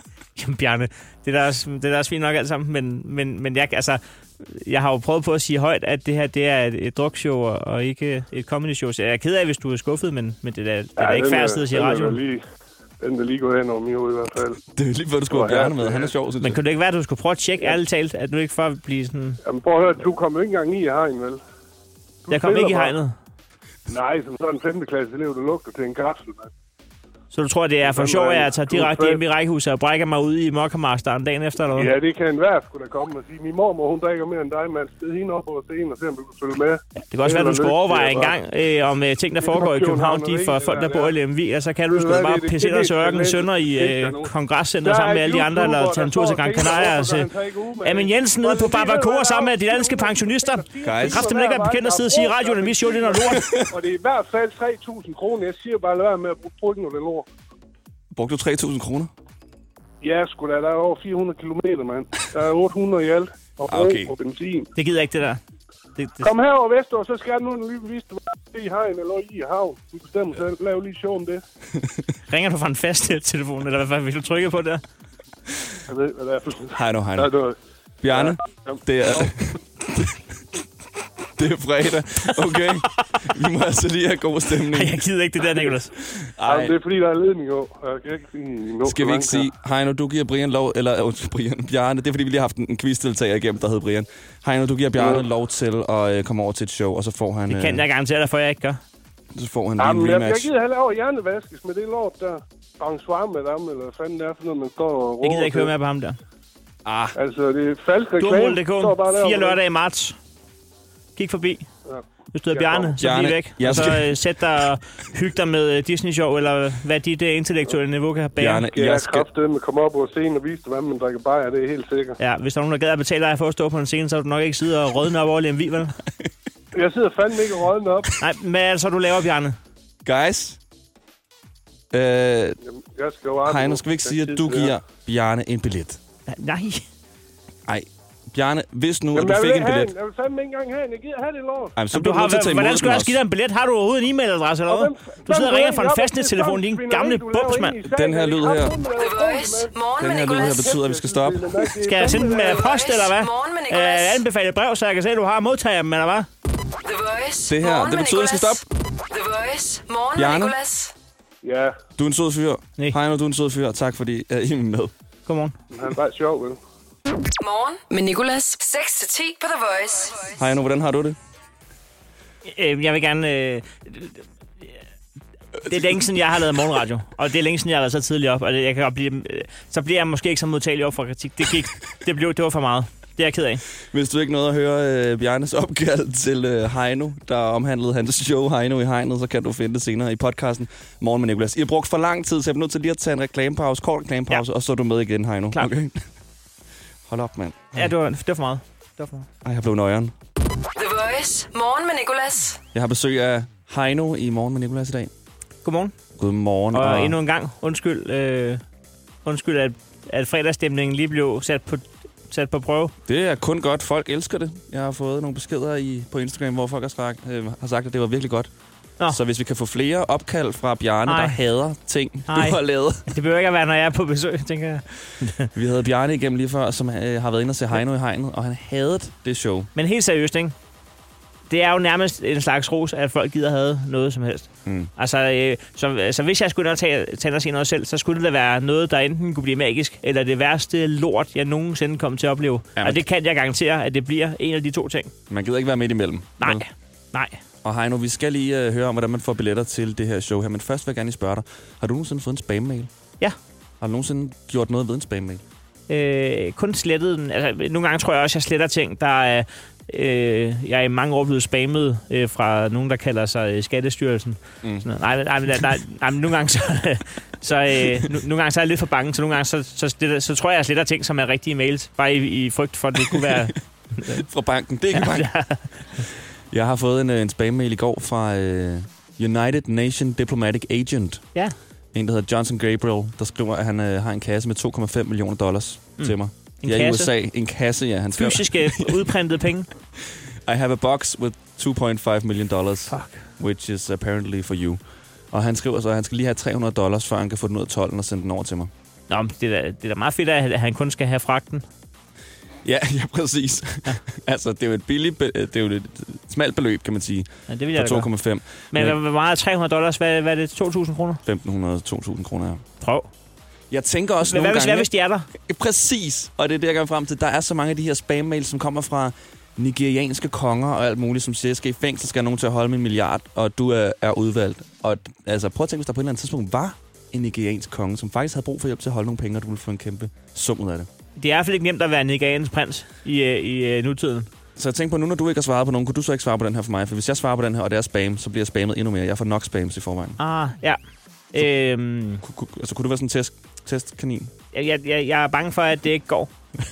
Jamen, Bjarne, det er da også, det er da også fint nok alt sammen, men, men, men jeg, altså, jeg har jo prøvet på at sige højt, at det her det er et, et drukshow og ikke et comedy show. Så jeg er ked af, hvis du er skuffet, men, men det er, det er ja, da ikke fair at sidde og sige radio. Den er lige gået hen over mig ud i hvert fald. Det er lige før, du skulle have Bjarne med. Han er sjov, synes Men kunne det ikke være, at du skulle prøve at tjekke ja. ærligt talt, at du ikke for at blive sådan... Jamen prøv at høre, du kom jo ikke engang i hegn, vel? Du jeg kom ikke i hegnet. Nej, som sådan en femte klasse elev, der lugter til en kapsel, mand. Så du tror, det er for sjov, at jeg tager direkte hjem i rækkehuset og brækker mig ud i Mokkamasteren dagen efter, eller hvad? Ja, det kan enhver skulle da komme og sige. Min mormor, hun drikker mere end dig, mand. Sted hende op på scenen og se, om du kan følge med. Ja, det kan også være, at du skulle overveje en gang, øh, om øh, ting, der foregår i København, de for folk, der bor i Lemvig, og så kan du sgu bare pisse ind og sørge sønder i øh, kongresscenter sammen med alle de andre, eller tage en tur til Gran Canaria og se Amin Jensen ude på Barbacoa sammen med de danske pensionister. Kræften ikke er bekendt at sidde og sige, radioen er mis, jo, det er noget lort. Og det er i hvert fald tre tusind kroner. Jeg siger bare, lad være med at bruge noget lort. Brugte du tre tusind kroner? Ja, sgu da. Der er over fire hundrede kilometer, mand. Der er otte hundrede i alt. Og okay. På benzin. Det gider ikke, det der. Det, det... Kom herover Vester, så skal jeg nu lige vise, du er i hegn eller i havn. Du bestemmer selv. Lav lige show om det. Ringer du fra en fast telefon, eller hvad vil du trykke på der? Jeg ved, hvad det er for... Hej nu, hej nu. Bjarne, det er... Det er fredag. Okay. Vi må altså lige have god stemning. Ej, jeg gider ikke det der, Nicholas. Ej. Det er fordi, der er ledning over. Jeg kan ikke sige, skal vi ikke sige, Heino, du giver Brian lov, eller uh, Brian, Bjarne, det er fordi, vi lige har haft en, en quiz-deltager igennem, der hedder Brian. Heino, du giver Bjarne ja. lov til at uh, komme over til et show, og så får han... Det kan uh, jeg garantere dig, for jeg ikke gør. Så får han Jamen, lige en rematch. Jeg, jeg gider heller over hjernevaskes med det lort der. François med dem, eller hvad fanden det er for noget, man står og råber. Jeg gider ikke høre mere på ham der. Ah. Altså, det er falsk reklame. Fire lørdage i marts. Kig forbi. Ja. Hvis du er Bjarne, så bliv væk. Og så skal... sæt dig og hygge dig med Disney-show, eller hvad dit uh, intellektuelle niveau kan have bag. Bjarne, jeg, jeg skal kraftedeme komme op på scenen og vise dig, hvordan man drikker bajer, det er helt sikkert. Ja, hvis der er nogen, der gad at betale dig for at stå på en scene, så vil du nok ikke sidde og rødne op over Lemvig, vel? Jeg sidder fandme ikke og rødne op. Nej, hvad er det så, du laver, Bjarne? Guys. Øh, jeg skal jo Heino, skal vi ikke sige, at du giver Bjarne en billet? Nej. Nej. Bjarne, hvis nu, at du fik en billet... En, jeg vil fandme ikke engang have en. Jeg gider have det lort. Ej, så du har, til hvordan skulle jeg også give dig en billet? Har du overhovedet en e-mailadresse eller noget? Du sidder og ringer fra en fastnettelefon, din gamle bums, mand. Den her lyd her... The Voice. Morgen Den her lyd her betyder, at vi skal stoppe. Skal jeg sende den med post, eller hvad? Uh, anbefalet brev, så jeg kan se, at du har modtaget dem, eller hvad? The Voice. Det her, det betyder, at vi skal stoppe. The Voice. Morgen med Nicolas. Ja. Du er en sød fyr. Heino, du er en sød fyr. Tak fordi I er med. Godmorgen. Han er bare sjov, vel? Morgen med Nicolas. seks til ti på The Voice. Heino, hvordan har du det? Øh, jeg vil gerne... Øh, det er længe siden, jeg har lavet morgenradio. Og det er længe siden, jeg har været så tidligt op. Og det, jeg kan blive, øh, så bliver jeg måske ikke så modtagelig op for kritik. Det, gik, det, blev, det var for meget. Det er jeg ked af. Hvis du ikke nåede at høre øh, Bjarnes opkald til øh, Heino, der omhandlede hans show Heino i hegnet, så kan du finde det senere i podcasten Morgen med Nicolas. I har brugt for lang tid, så jeg er nødt til lige at tage en reklamepause, kort reklamepause, ja. Og så er du med igen, Heino. Klar. Okay? Hold op, mand. Ja, det var, det var for meget. Det var for meget. Ej, jeg blev nøjeren. The Voice. Morgen med Nicolas. Jeg har besøg af Heino i Morgen med Nicolas i dag. Godmorgen. Godmorgen. Og, og endnu en gang, undskyld, øh, undskyld at, at fredagsstemningen lige blev sat på, sat på prøve. Det er kun godt. Folk elsker det. Jeg har fået nogle beskeder i, på Instagram, hvor folk har sagt, øh, har sagt, at det var virkelig godt. Nå. Så hvis vi kan få flere opkald fra Bjarne, Ej. der hader ting, Ej. du har lavet. Det behøver ikke at være, når jeg er på besøg, tænker jeg. Vi havde Bjarne igennem lige før, som øh, har været inde og se Heino i hegnet, og han hadede det show. Men helt seriøst, ikke? Det er jo nærmest en slags ros, at folk gider have noget som helst. Mm. Altså, øh, så, så hvis jeg skulle tage, tage og se noget selv, så skulle det da være noget, der enten kunne blive magisk, eller det værste lort, jeg nogensinde kom til at opleve. Ja, og det kan jeg garantere, at det bliver en af de to ting. Man gider ikke være midt imellem. Nej, vel? Nej. Og Heino, vi skal lige uh, høre om, hvordan man får billetter til det her show her. Men først vil jeg gerne lige spørge dig. Har du nogensinde fået en spam-mail? Ja. Har du nogensinde gjort noget ved en spam-mail? Øh, kun slettet den. Altså, nogle gange tror jeg også, jeg sletter ting, der er... Øh, jeg er i mange år blevet spammet øh, fra nogen, der kalder sig øh, Skattestyrelsen. Mm. Sådan, nej, nej, nej, nej, nej, men nogle gange så, så, øh, nogle gange så er jeg lidt for bange, så nogle gange så, så, så, så tror jeg, jeg sletter ting, som er rigtige mails, bare i, i frygt for, at det kunne være... fra banken, det er ikke banken. Ja. Jeg har fået en, en spam-mail i går fra uh, United Nation Diplomatic Agent. Ja. En, der hedder Johnson Gabriel, der skriver, at han uh, har en kasse med to komma fem millioner dollars mm. til mig. En jeg kasse? er i U S A. En kasse, ja. Han skriver. Fysiske udprintede penge? I have a box with two point five million dollars, Fuck. which is apparently for you. Og han skriver så, at han skal lige have tre hundrede dollars, før han kan få den ud af tolden og sende den over til mig. Nå, men det er, da, det er da meget fedt, at han kun skal have fragten. Ja, ja, præcis. Ja. Altså, det er jo et billigt, det er jo et smalt beløb, kan man sige. Ja, det vil jeg på to komma fem. Men ja. Hvor meget tre hundrede dollars? Hvad, hvad er det? to tusind kroner? femten hundrede til to tusind kroner, ja. Prøv. Jeg tænker også hvad, nogle hvad, gange... Hvad hvis de er der? Præcis. Og det er det, jeg kommer frem til. Der er så mange af de her spam-mails, som kommer fra nigerianske konger og alt muligt, som siger, skal i fængsel, skal nogen til at holde min milliard, og du er, er udvalgt. Og altså, prøv at tænke, hvis der på et eller andet tidspunkt var en nigeriansk konge, som faktisk havde brug for hjælp til at holde nogle penge, og du ville få en kæmpe sum ud af det. Det er i hvert fald ikke nemt at være nigeriansk prins i, i, i nutiden. Så jeg tænker på, nu når du ikke har svaret på nogen, kunne du så ikke svare på den her for mig? For hvis jeg svarer på den her, og det er spam, så bliver jeg spammet endnu mere. Jeg får nok spams i forvejen. Ah, ja. Så, øhm, ku, ku, altså, kunne du være sådan en test, testkanin? Jeg, jeg, jeg er bange for, at det ikke går.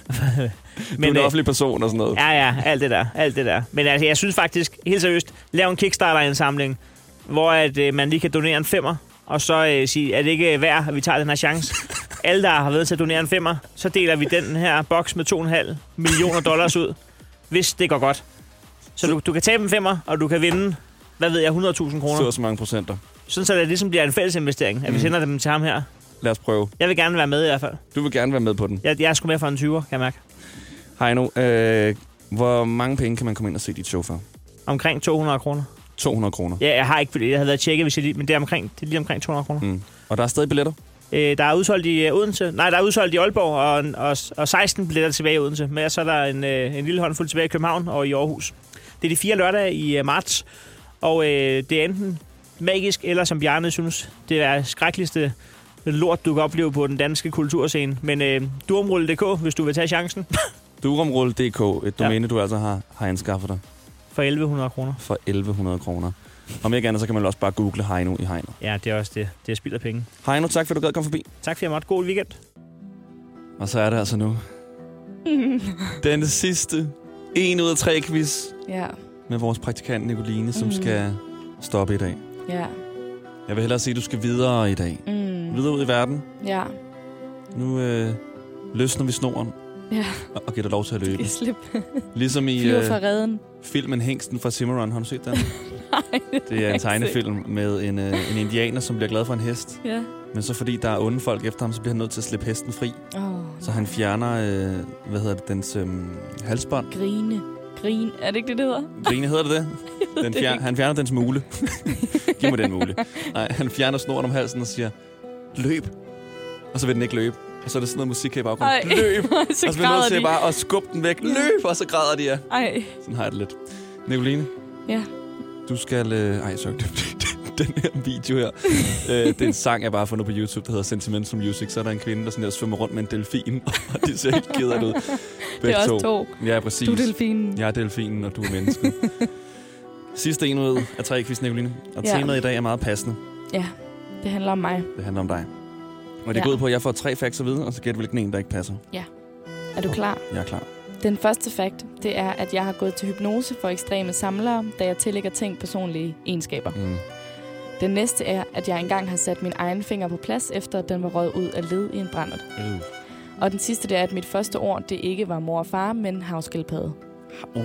Men, du er en øh, offentlig person og sådan noget. Ja, ja, alt det der. Alt det der. Men altså, jeg synes faktisk, helt seriøst, lav en Kickstarter-indsamling, hvor at, øh, man lige kan donere en femmer, og så øh, sige, er det ikke værd, at vi tager den her chance? Alle, der har været til at donere en femmer, så deler vi den her boks med to komma fem millioner dollars ud, hvis det går godt. Så du, du kan tabe en femmer, og du kan vinde, hvad ved jeg, hundrede tusind kroner. Så så mange procenter. Sådan så det ligesom bliver en fælles investering, at mm. vi sender dem til ham her. Lad os prøve. Jeg vil gerne være med i hvert fald. Du vil gerne være med på den? Jeg, jeg er sgu med for en tyver, kan jeg mærke. Heino, øh, hvor mange penge kan man komme ind og se dit show for? Omkring to hundrede kroner. to hundrede kroner? Ja, jeg har ikke, jeg havde været tjekket, hvis jeg lige, men det er, omkring, det er lige omkring to hundrede kroner. Mm. Og der er stadig billetter? Øh, der er udsolgt i uh, Odense. Nej, der er udsolgt i Aalborg, og, og, og seksten billetter tilbage i Odense. Men så er der en, øh, en lille håndfuld tilbage i København og i Aarhus. Det er de fire lørdage i uh, marts, og øh, det er enten magisk, eller som Bjarne synes, det er skrækkeligste lort, du kan opleve på den danske kulturscene. Men øh, durumrulle punktum d k, hvis du vil tage chancen. durumrulle punktum d k, et domæne, ja. Du altså har, har anskaffet dig. For elleve hundrede kroner. For elleve hundrede kroner. Om ikke andet, så kan man også bare google Heino i Heino. Ja, det er også det. Det er spild af penge. Heino, tak for at du gad komme forbi. Tak for at jeg måtte. God weekend. Og så er det altså nu. Den sidste en ud af tre quiz. Ja. Med vores praktikant Nicoline, som mm. skal stoppe i dag. Ja. Jeg vil hellere sige, at du skal videre i dag. Mm. Videre ud i verden. Ja. Nu øh, løsner vi snoren. Ja. Og, og giver dig lov til at løbe. Det slip. Ligesom i øh, filmen Hængsten fra Cimarron. Har du set den? Nej, det, det er en tegnefilm med en, øh, en indianer, som bliver glad for en hest. Ja. Men så fordi der er onde folk efter ham, så bliver han nødt til at slippe hesten fri. Oh, så han fjerner, øh, hvad hedder det, dens øh, halsbånd. Grine. Grine. Er det ikke det, det hedder? Grine hedder det det? Den fjer- han fjerner dens mule. Giv mig den mule. Nej, han fjerner snoren om halsen og siger, løb. Og så vil den ikke løbe. Og så er der sådan noget musik her i baggrunden. Ej, løb! så og så bliver nødt til bare at skubbe den væk. Løb! Og så græder de, ja. Ej. Sådan har jeg det lidt. Nicoline? Ja? Du skal... Øh... Ej, sorry. Den her video her. øh, det er en sang, jeg bare har fundet på YouTube, der hedder Sentimental Music. Så er der en kvinde, der sådan der svømmer rundt med en delfin. Og de ser helt ked af det ud. Det er også to. Ja, præcis. Du er delfinen. Jeg er delfinen, og du er mennesket. Sidste en ud af tre quiz, Nicoline. Og ja. Temaet i dag er meget passende. Ja, det handler om mig. Det handler om dig. Og det ja. går ud på, at jeg får tre facts at vide, og så gætter hvilken en, der ikke passer. Ja. Er du klar? Jeg er klar. Den første fact, det er, at jeg har gået til hypnose for ekstreme samlere, da jeg tillægger ting personlige egenskaber. Mm. Den næste er, at jeg engang har sat min egen finger på plads, efter at den var røget ud af led i en brændert. Mm. Og den sidste, det er, at mit første ord, det ikke var mor og far, men havskildpadde. Uh.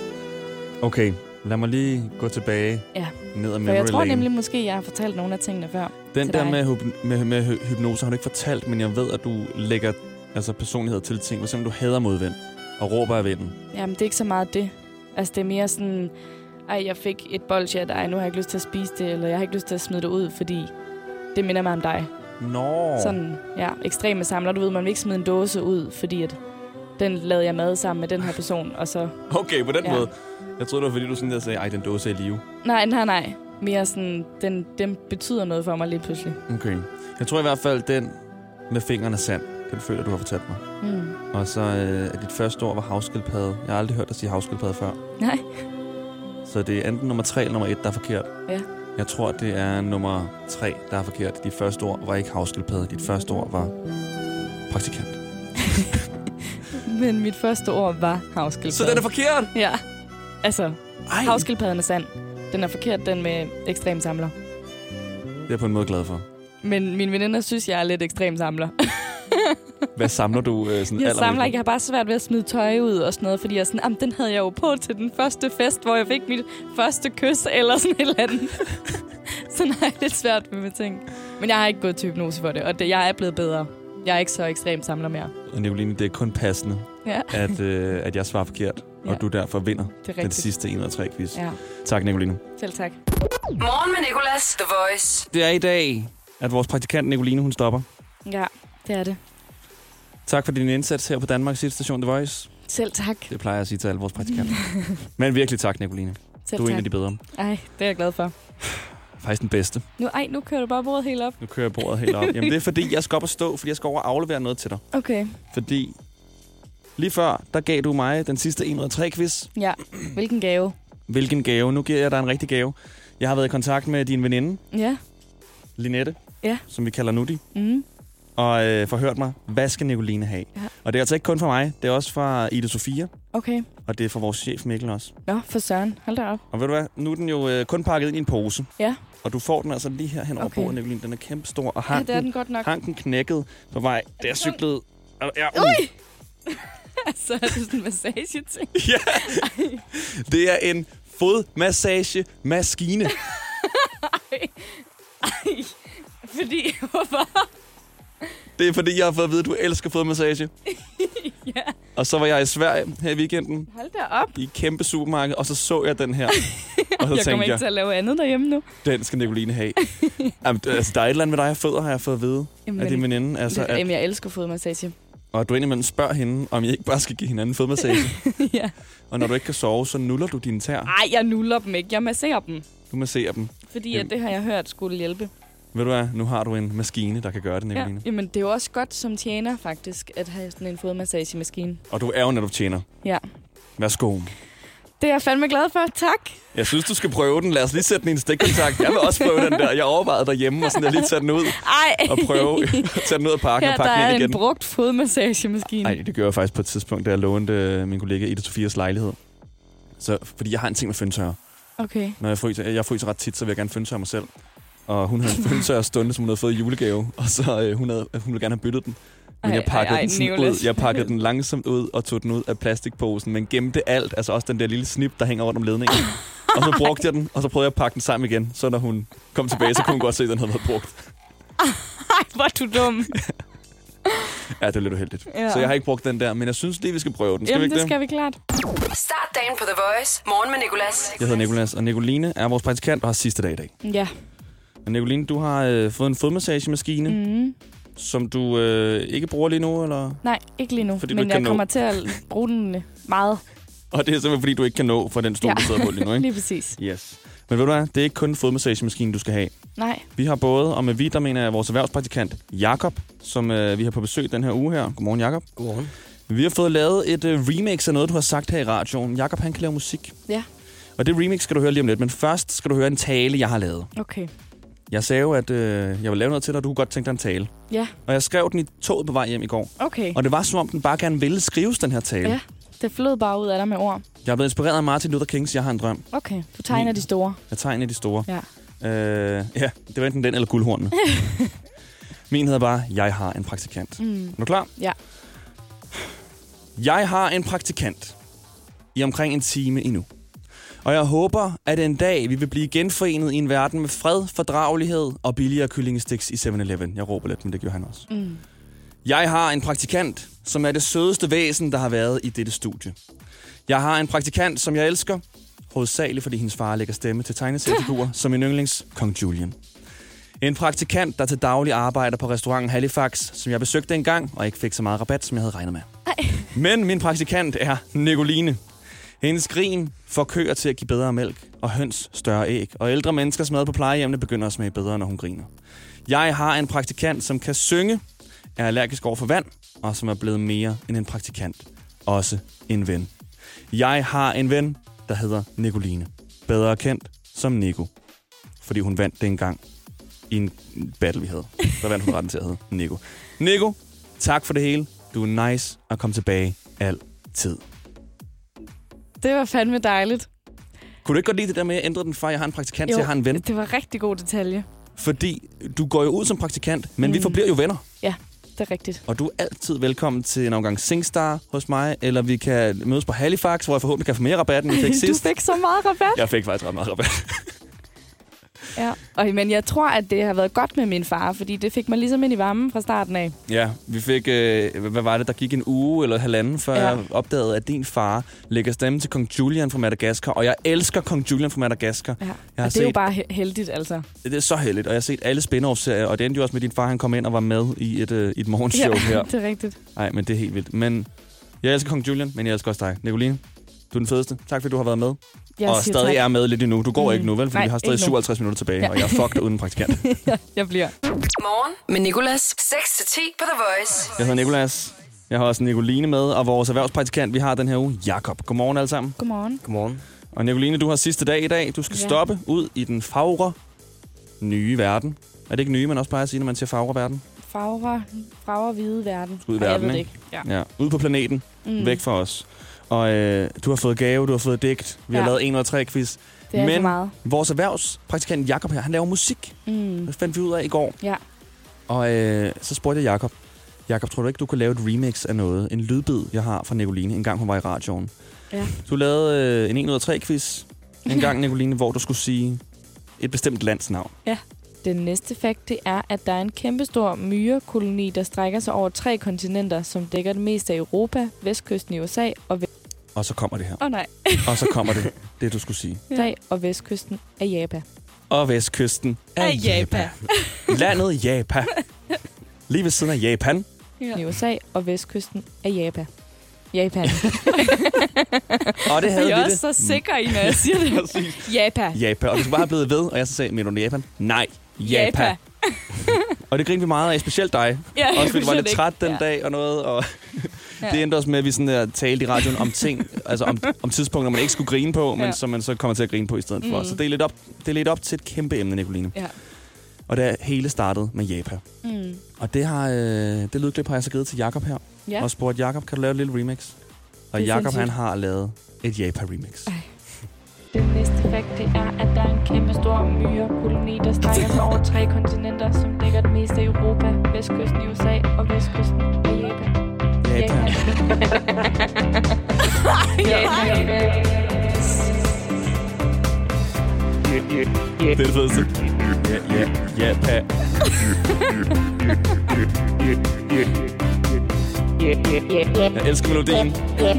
Okay, lad mig lige gå tilbage ja. ned ad memory lane. For jeg tror lane. nemlig måske, jeg har fortalt nogle af tingene før. Den der med, hyp- med, med hypnose har du ikke fortalt, men jeg ved, at du lægger altså personlighed til ting. For eksempel, du hader modvind og råber af vinden. Jamen, det er ikke så meget det. Altså, det er mere sådan, ej, jeg fik et bolsje af dig, nu har jeg ikke lyst til at spise det, eller jeg har ikke lyst til at smide det ud, fordi det minder mig om dig. Nå. Sådan, ja, ekstreme samler. Du ved, man vil ikke smide en dåse ud, fordi at den lavede jeg mad sammen med den her person, og så... Okay, på den ja. måde. Jeg troede, det var fordi, du sådan der sagde, ej, den dåse er i live. Nej, nej, nej. Mere sådan, den, den betyder noget for mig lige pludselig. Okay. Jeg tror i hvert fald, den med fingrene sand, den føler, du har fortalt mig. Mm. Og så øh, at dit første ord var havskildpadde. Jeg har aldrig hørt dig sige havskildpadde før. Nej. Så det er enten nummer tre eller nummer et, der er forkert. Ja. Jeg tror, det er nummer tre, der er forkert. Dit første ord var ikke havskildpadde. Dit første ord var praktikant. Men mit første ord var havskildpadde. Så den er forkert? Ja. Altså, Ej. havskildpadden er sand. Den er forkert, den med ekstrem samler. Det er jeg på en måde glad for. Men mine veninder synes, jeg er lidt ekstrem samler. Hvad samler du øh, sådan Jeg samler ikke. Jeg har bare svært ved at smide tøj ud og sådan noget, fordi jeg sådan, den havde jeg jo på til den første fest, hvor jeg fik mit første kys eller sådan et eller andet. Så nej, det er svært med ting. Men jeg har ikke gået til hypnose for det, og det, jeg er blevet bedre. Jeg er ikke så ekstremt samler mere. Og Nicoline, det er kun passende, ja. at, øh, at jeg svarer forkert, og ja. du derfor vinder den sidste en ud af tre quiz. Ja. Tak, Nicoline. Selv tak. Morgen med Nicolas, The Voice. Det er i dag, at vores praktikant Nicoline, hun stopper. Ja, det er det. Tak for din indsats her på Danmarks station The Voice. Selv tak. Det plejer jeg at sige til alle vores praktikanter. Men virkelig tak, Nicoline. Selv du er tak. en af de bedre. Ej, det er jeg glad for. Faktisk den bedste. Nu, ej, nu kører du bare bordet helt op. Nu kører jeg bordet helt op. Jamen, det er fordi, jeg skal op og stå, fordi jeg skal over og aflevere noget til dig. Okay. Fordi lige før, der gav du mig den sidste en ud af tre quiz. Ja, hvilken gave? Hvilken gave? Nu giver jeg dig en rigtig gave. Jeg har været i kontakt med din veninde. Ja. Linette. Ja. Som vi kalder Nutti. Mm. Og øh, forhørt mig, hvad skal Nicoline have? Ja. Og det er altså ikke kun for mig, det er også fra Ida Sofia. Okay. Og det er for vores chef Mikkel også. Nå, for søren. Hold da op. Og ved du hvad, nu er den jo øh, kun pakket ind i en pose. Ja. Og du får den altså lige her hen over Okay. bordet, Nicoline. Den er kæmpestor. Og hanken, ja, det er den godt nok. hanken knækket på vej. Det er cyklet. Ja, uh. Ui! Så er det sådan en massage-ting. Ja. Det er en fodmassage-maskine. Ej. Ej. Fordi, hvorfor? Det er fordi, jeg har fået at vide, at du elsker fodmassage. Ja. Og så var jeg i Sverige her i weekenden. Hold da op. I et kæmpe supermarked, og så så jeg den her. Og så jeg tænkte kommer ikke jeg, til at lave andet derhjemme nu. Den skal Nicoline have. Jamen, altså, der er et eller andet med dig og fødder, har jeg fået at vide. Jamen, af din veninde. Altså, det, at, jamen, jeg elsker fodmassage. og at du indimellem spørger hende, om I ikke bare skal give hinanden fodmassage. Ja. Og når du ikke kan sove, så nuller du dine tær. Ej, jeg nuller dem ikke. Jeg masserer dem. Du masserer dem. Fordi at det har jeg hørt skulle hjælpe. Ved du hvad? Nu har du en maskine, der kan gøre det, Nicoline. Ja. Jamen, det er jo også godt som tjener, faktisk, at have sådan en fodmassagemaskine. Og du er jo netop tjener. Ja. Værsgo. Det er jeg fandme glad for. Tak. Jeg synes, du skal prøve den. Lad os lige sætte den i en stikkontakt. Jeg vil også prøve den der. Jeg overvejede derhjemme, og sådan, jeg lige tage den ud. Ej. Og prøve at tage den ud af pakken Her, og pakke den ind igen. der er en brugt fodmassagemaskine. Nej, det gør jeg faktisk på et tidspunkt, da jeg lånte min kollega Ida Sofias lejlighed. Så, fordi jeg har en ting med fyndtørre. Okay. Når jeg fryser, jeg fryser ret tit, så vil jeg gerne fyndtørre mig selv. Og hun havde en fyndtørre stunde, som hun havde fået i julegave. Og så øh, hun, havde, hun ville gerne have byttet den. Men Ej, jeg pakkede ej, den sådan Nicolas. ud. Jeg pakkede den langsomt ud og tog den ud af plastikposen, men gemte alt. Altså også den der lille snip, der hænger rundt om ledningen. Og så brugte jeg den, og så prøvede jeg at pakke den sammen igen. Så når hun kom tilbage, så kunne hun godt se, at den havde været brugt. Ej, hvor er du dum. Ja, det er lidt uheldigt. Ja. Så jeg har ikke brugt den der, men jeg synes lige, vi skal prøve den. Skal Jamen, vi ikke det det? skal vi klart. Start dagen på The Voice. Morgen med Nicolas. Jeg hedder Nicolas, og Nicoline er vores praktikant og har sidste dag i dag. Ja. Og Nicoline, du har øh, fået en fodmassagemaskine, Mm. som du øh, ikke bruger lige nu, eller? Nej, ikke lige nu. Fordi du men ikke jeg kan nå. kommer til at bruge den øh, meget. Og det er simpelthen, fordi du ikke kan nå for den stol, Ja. du sidder på lige nu, ikke? Lige præcis. Yes. Men ved du hvad, det er ikke kun en fodmassagemaskine, du skal have. Nej. Vi har både, og med vi, der mener jeg vores erhvervspraktikant Jakob, som øh, vi har på besøg den her uge her. Godmorgen, Jakob. Godmorgen. Vi har fået lavet et øh, remix af noget, du har sagt her i radioen. Jakob, han kan lave musik. Ja. Og det remix skal du høre lige om lidt, men først skal du høre en tale, jeg har lavet. Okay. Jeg sagde jo, at øh, jeg vil lave noget til dig, og du kunne godt tænke dig en tale. Ja. Og jeg skrev den i toget på vej hjem i går. Okay. Og det var som om, den bare gerne ville skrives, den her tale. Ja, det flød bare ud af dig med ord. Jeg er blevet inspireret af Martin Luther Kings Jeg har en drøm. Okay, du tegner Min. de store. Jeg tegner de store. Ja. Øh, ja, det var enten den eller guldhornene. Min hedder bare, jeg har en praktikant. Mm. Er du klar? Ja. Jeg har en praktikant i omkring en time endnu. Og jeg håber, at en dag vi vil blive genforenet i en verden med fred, fordragelighed og billigere kyllingestiks i seven eleven. Jeg råber lidt, men det gør han også. Mm. Jeg har en praktikant, som er det sødeste væsen, der har været i dette studie. Jeg har en praktikant, som jeg elsker, hovedsageligt fordi hendes far lægger stemme til tegneseriefigurer, som min yndlings Kong Julian. En praktikant, der til daglig arbejder på restauranten Halifax, som jeg besøgte engang, og ikke fik så meget rabat, som jeg havde regnet med. Ej. Men min praktikant er Nicoline. Hendes grin får køer til at give bedre mælk, og høns større æg, og ældre menneskers mad på plejehjemmene begynder at smage bedre, når hun griner. Jeg har en praktikant, som kan synge, er allergisk over for vand, og som er blevet mere end en praktikant. Også en ven. Jeg har en ven, der hedder Nicoline. Bedre kendt som Nico. Fordi hun vandt det engang i en battle, vi havde. Der vandt hun retten til at hedde Nico. Nico, tak for det hele. Du er nice at komme tilbage altid. Det var fandme dejligt. Kunne du ikke godt lide det der med at ændre den fra, jeg har en praktikant Jo, til, jeg har en ven? Det var rigtig god detalje. Fordi du går jo ud som praktikant, men mm. vi forbliver jo venner. Ja, det er rigtigt. Og du er altid velkommen til en omgang SingStar hos mig, eller vi kan mødes på Halifax, hvor jeg forhåbentlig kan få mere rabat, end vi fik Du sidst. fik så meget rabat. Jeg fik faktisk ret meget rabat. Ja, og, men jeg tror, at det har været godt med min far, fordi det fik mig ligesom ind i varmen fra starten af. Ja, vi fik, øh, hvad var det, der gik en uge eller halvanden, før ja. jeg opdagede, at din far lægger stemme til Kong Julian fra Madagaskar, og jeg elsker Kong Julian fra Madagaskar. Ja. Jeg har og det set, er jo bare heldigt, altså. Det er så heldigt, og jeg har set alle spin-off-serier, og det endte jo også med, at din far han kom ind og var med i et, øh, et morgenshow ja, her. det er rigtigt. Nej, men det er helt vildt. Men jeg elsker Kong Julian, men jeg elsker også dig. Nicoline, du er den fedeste. Tak fordi du har været med. Jeg og stadig tak. er med lidt endnu. Du går mm. ikke nu, vel? For Nej, vi har stadig syvoghalvtreds minutter tilbage, ja. og jeg er fucked uden praktikant. ja, jeg bliver. Morgen med Nicolas. seks til ti på The Voice. Jeg hedder Nicolas. Jeg har også Nicoline med, og vores erhvervspraktikant, vi har den her uge, Jakob. Godmorgen alle sammen. Godmorgen. Godmorgen. Og Nicoline, du har sidste dag i dag. Du skal ja. stoppe ud i den fagre nye verden. Er det ikke nye, man også plejer at sige, når man siger fagre verden? Fagre, fagre hvide verden. Ud i verden, jeg ved det ikke? ikke. Ja. ja. Ud på planeten. Mm. Væk fra os. Og øh, du har fået gave, du har fået digt. Vi ja. har lavet en og tre quiz. Det er Men meget. vores erhvervspraktikant Jakob her, han laver musik. Mm. Det fandt vi ud af i går. Ja. Og øh, så spurgte jeg Jakob. Jakob, tror du ikke, du kunne lave et remix af noget? En lydbid, jeg har fra Nicoline, en gang hun var i radioen. Ja. Du lavede øh, en en ud af tre quiz en gang, Nicoline, hvor du skulle sige et bestemt lands navn. Ja. Den næste fakt, det er, at der er en kæmpestor myrekoloni, der strækker sig over tre kontinenter, som dækker det meste af Europa, vestkysten i U S A og... Og så kommer det her. Åh oh, nej. Og så kommer det, det du skulle sige. U S A og vestkysten af Japan. Og vestkysten af, af Japan. Landet Japan. Lige ved siden af Japan. Ja. I U S A og vestkysten af Japan. Japan. Og det havde jeg er vi også det. så sikker i, når jeg siger det. Japan. Japan. Og du skulle bare have blevet ved, og jeg så sagde, mener du Japan? Nej, Japan. Japan. Og det grinte vi meget af, specielt dig. Ja, også fordi du var lidt træt den ja. dag og noget. Og ja. det endte også med, at vi sådan der talte i radioen om ting, altså om, om tidspunkter, man ikke skulle grine på, men ja. som man så kommer til at grine på i stedet for. Mm. Så det er, lidt op, det er lidt op til et kæmpe emne, Nicoline. Ja. Og det hele startede med Japan. Mm. Og det har øh, det lydklip har jeg så givet til Jakob her. Ja. Og spurgt, Jakob, kan du lave et lille remix? Og Jakob han har lavet et Japan-remix. Den næste fakt, det er, at der er en kæmpe stor myrekoloni, der strækker sig over tre kontinenter, som dækker det meste af Europa, vestkysten i U S A og vestkysten af Japan. Japan. Japan. Det er det fedeste. Ja, ja, Japan. Jeg elsker melodien.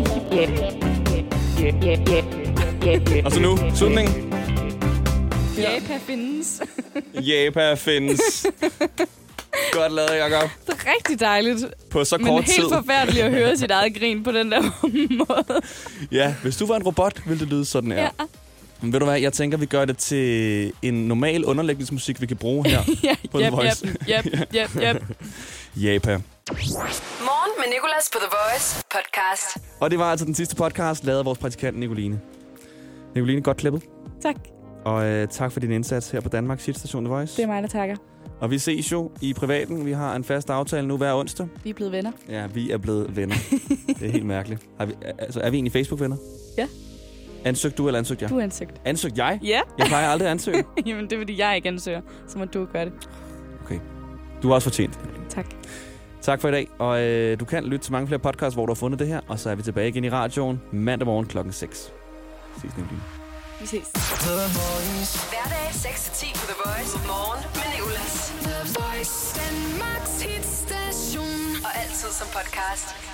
Og så nu, slutningen. Japan findes. Japan findes. Godt lavet, Jakob. Det er rigtig dejligt. På så kort Men tid. helt forfærdeligt at høre sit eget grin på den der måde. Ja, hvis du var en robot, ville det lyde sådan her. Ja. Men ved du hvad, jeg tænker, vi gør det til en normal underlægningsmusik, vi kan bruge her ja, på The yep, Voice. Yep, yep, yep, yep. Japan. Morgen med Nicolas på The Voice podcast. Og det var altså den sidste podcast, lavet af vores praktikant Nicoline. Nicoline, godt klippet. Tak. Og øh, tak for din indsats her på Danmarks hitstation The Voice. Det er mig, der takker. Og vi ses jo i privaten. Vi har en fast aftale nu hver onsdag. Vi er blevet venner. Ja, vi er blevet venner. Det er helt mærkeligt. Har vi, altså, er vi egentlig Facebook-venner? Ja. Ansøgte du, eller ansøgte jeg? Du er ansøgt. Ansøgte jeg? Ja. Jeg plejer aldrig at ansøge. Jamen, det er, fordi jeg ikke ansøger. Så må du gøre det. Okay. Du har også fortjent. Tak. Tak for i dag. Og øh, du kan lytte til mange flere podcasts, hvor du har fundet det her. Og så er vi tilbage igen i radioen mandag morgen klokken seks. Ses nu. Vi ses. Hverdag seks til ti på The Voice. Morgen med Nicolas. The Voice. Danmarks hitstation. Og altid som podcast.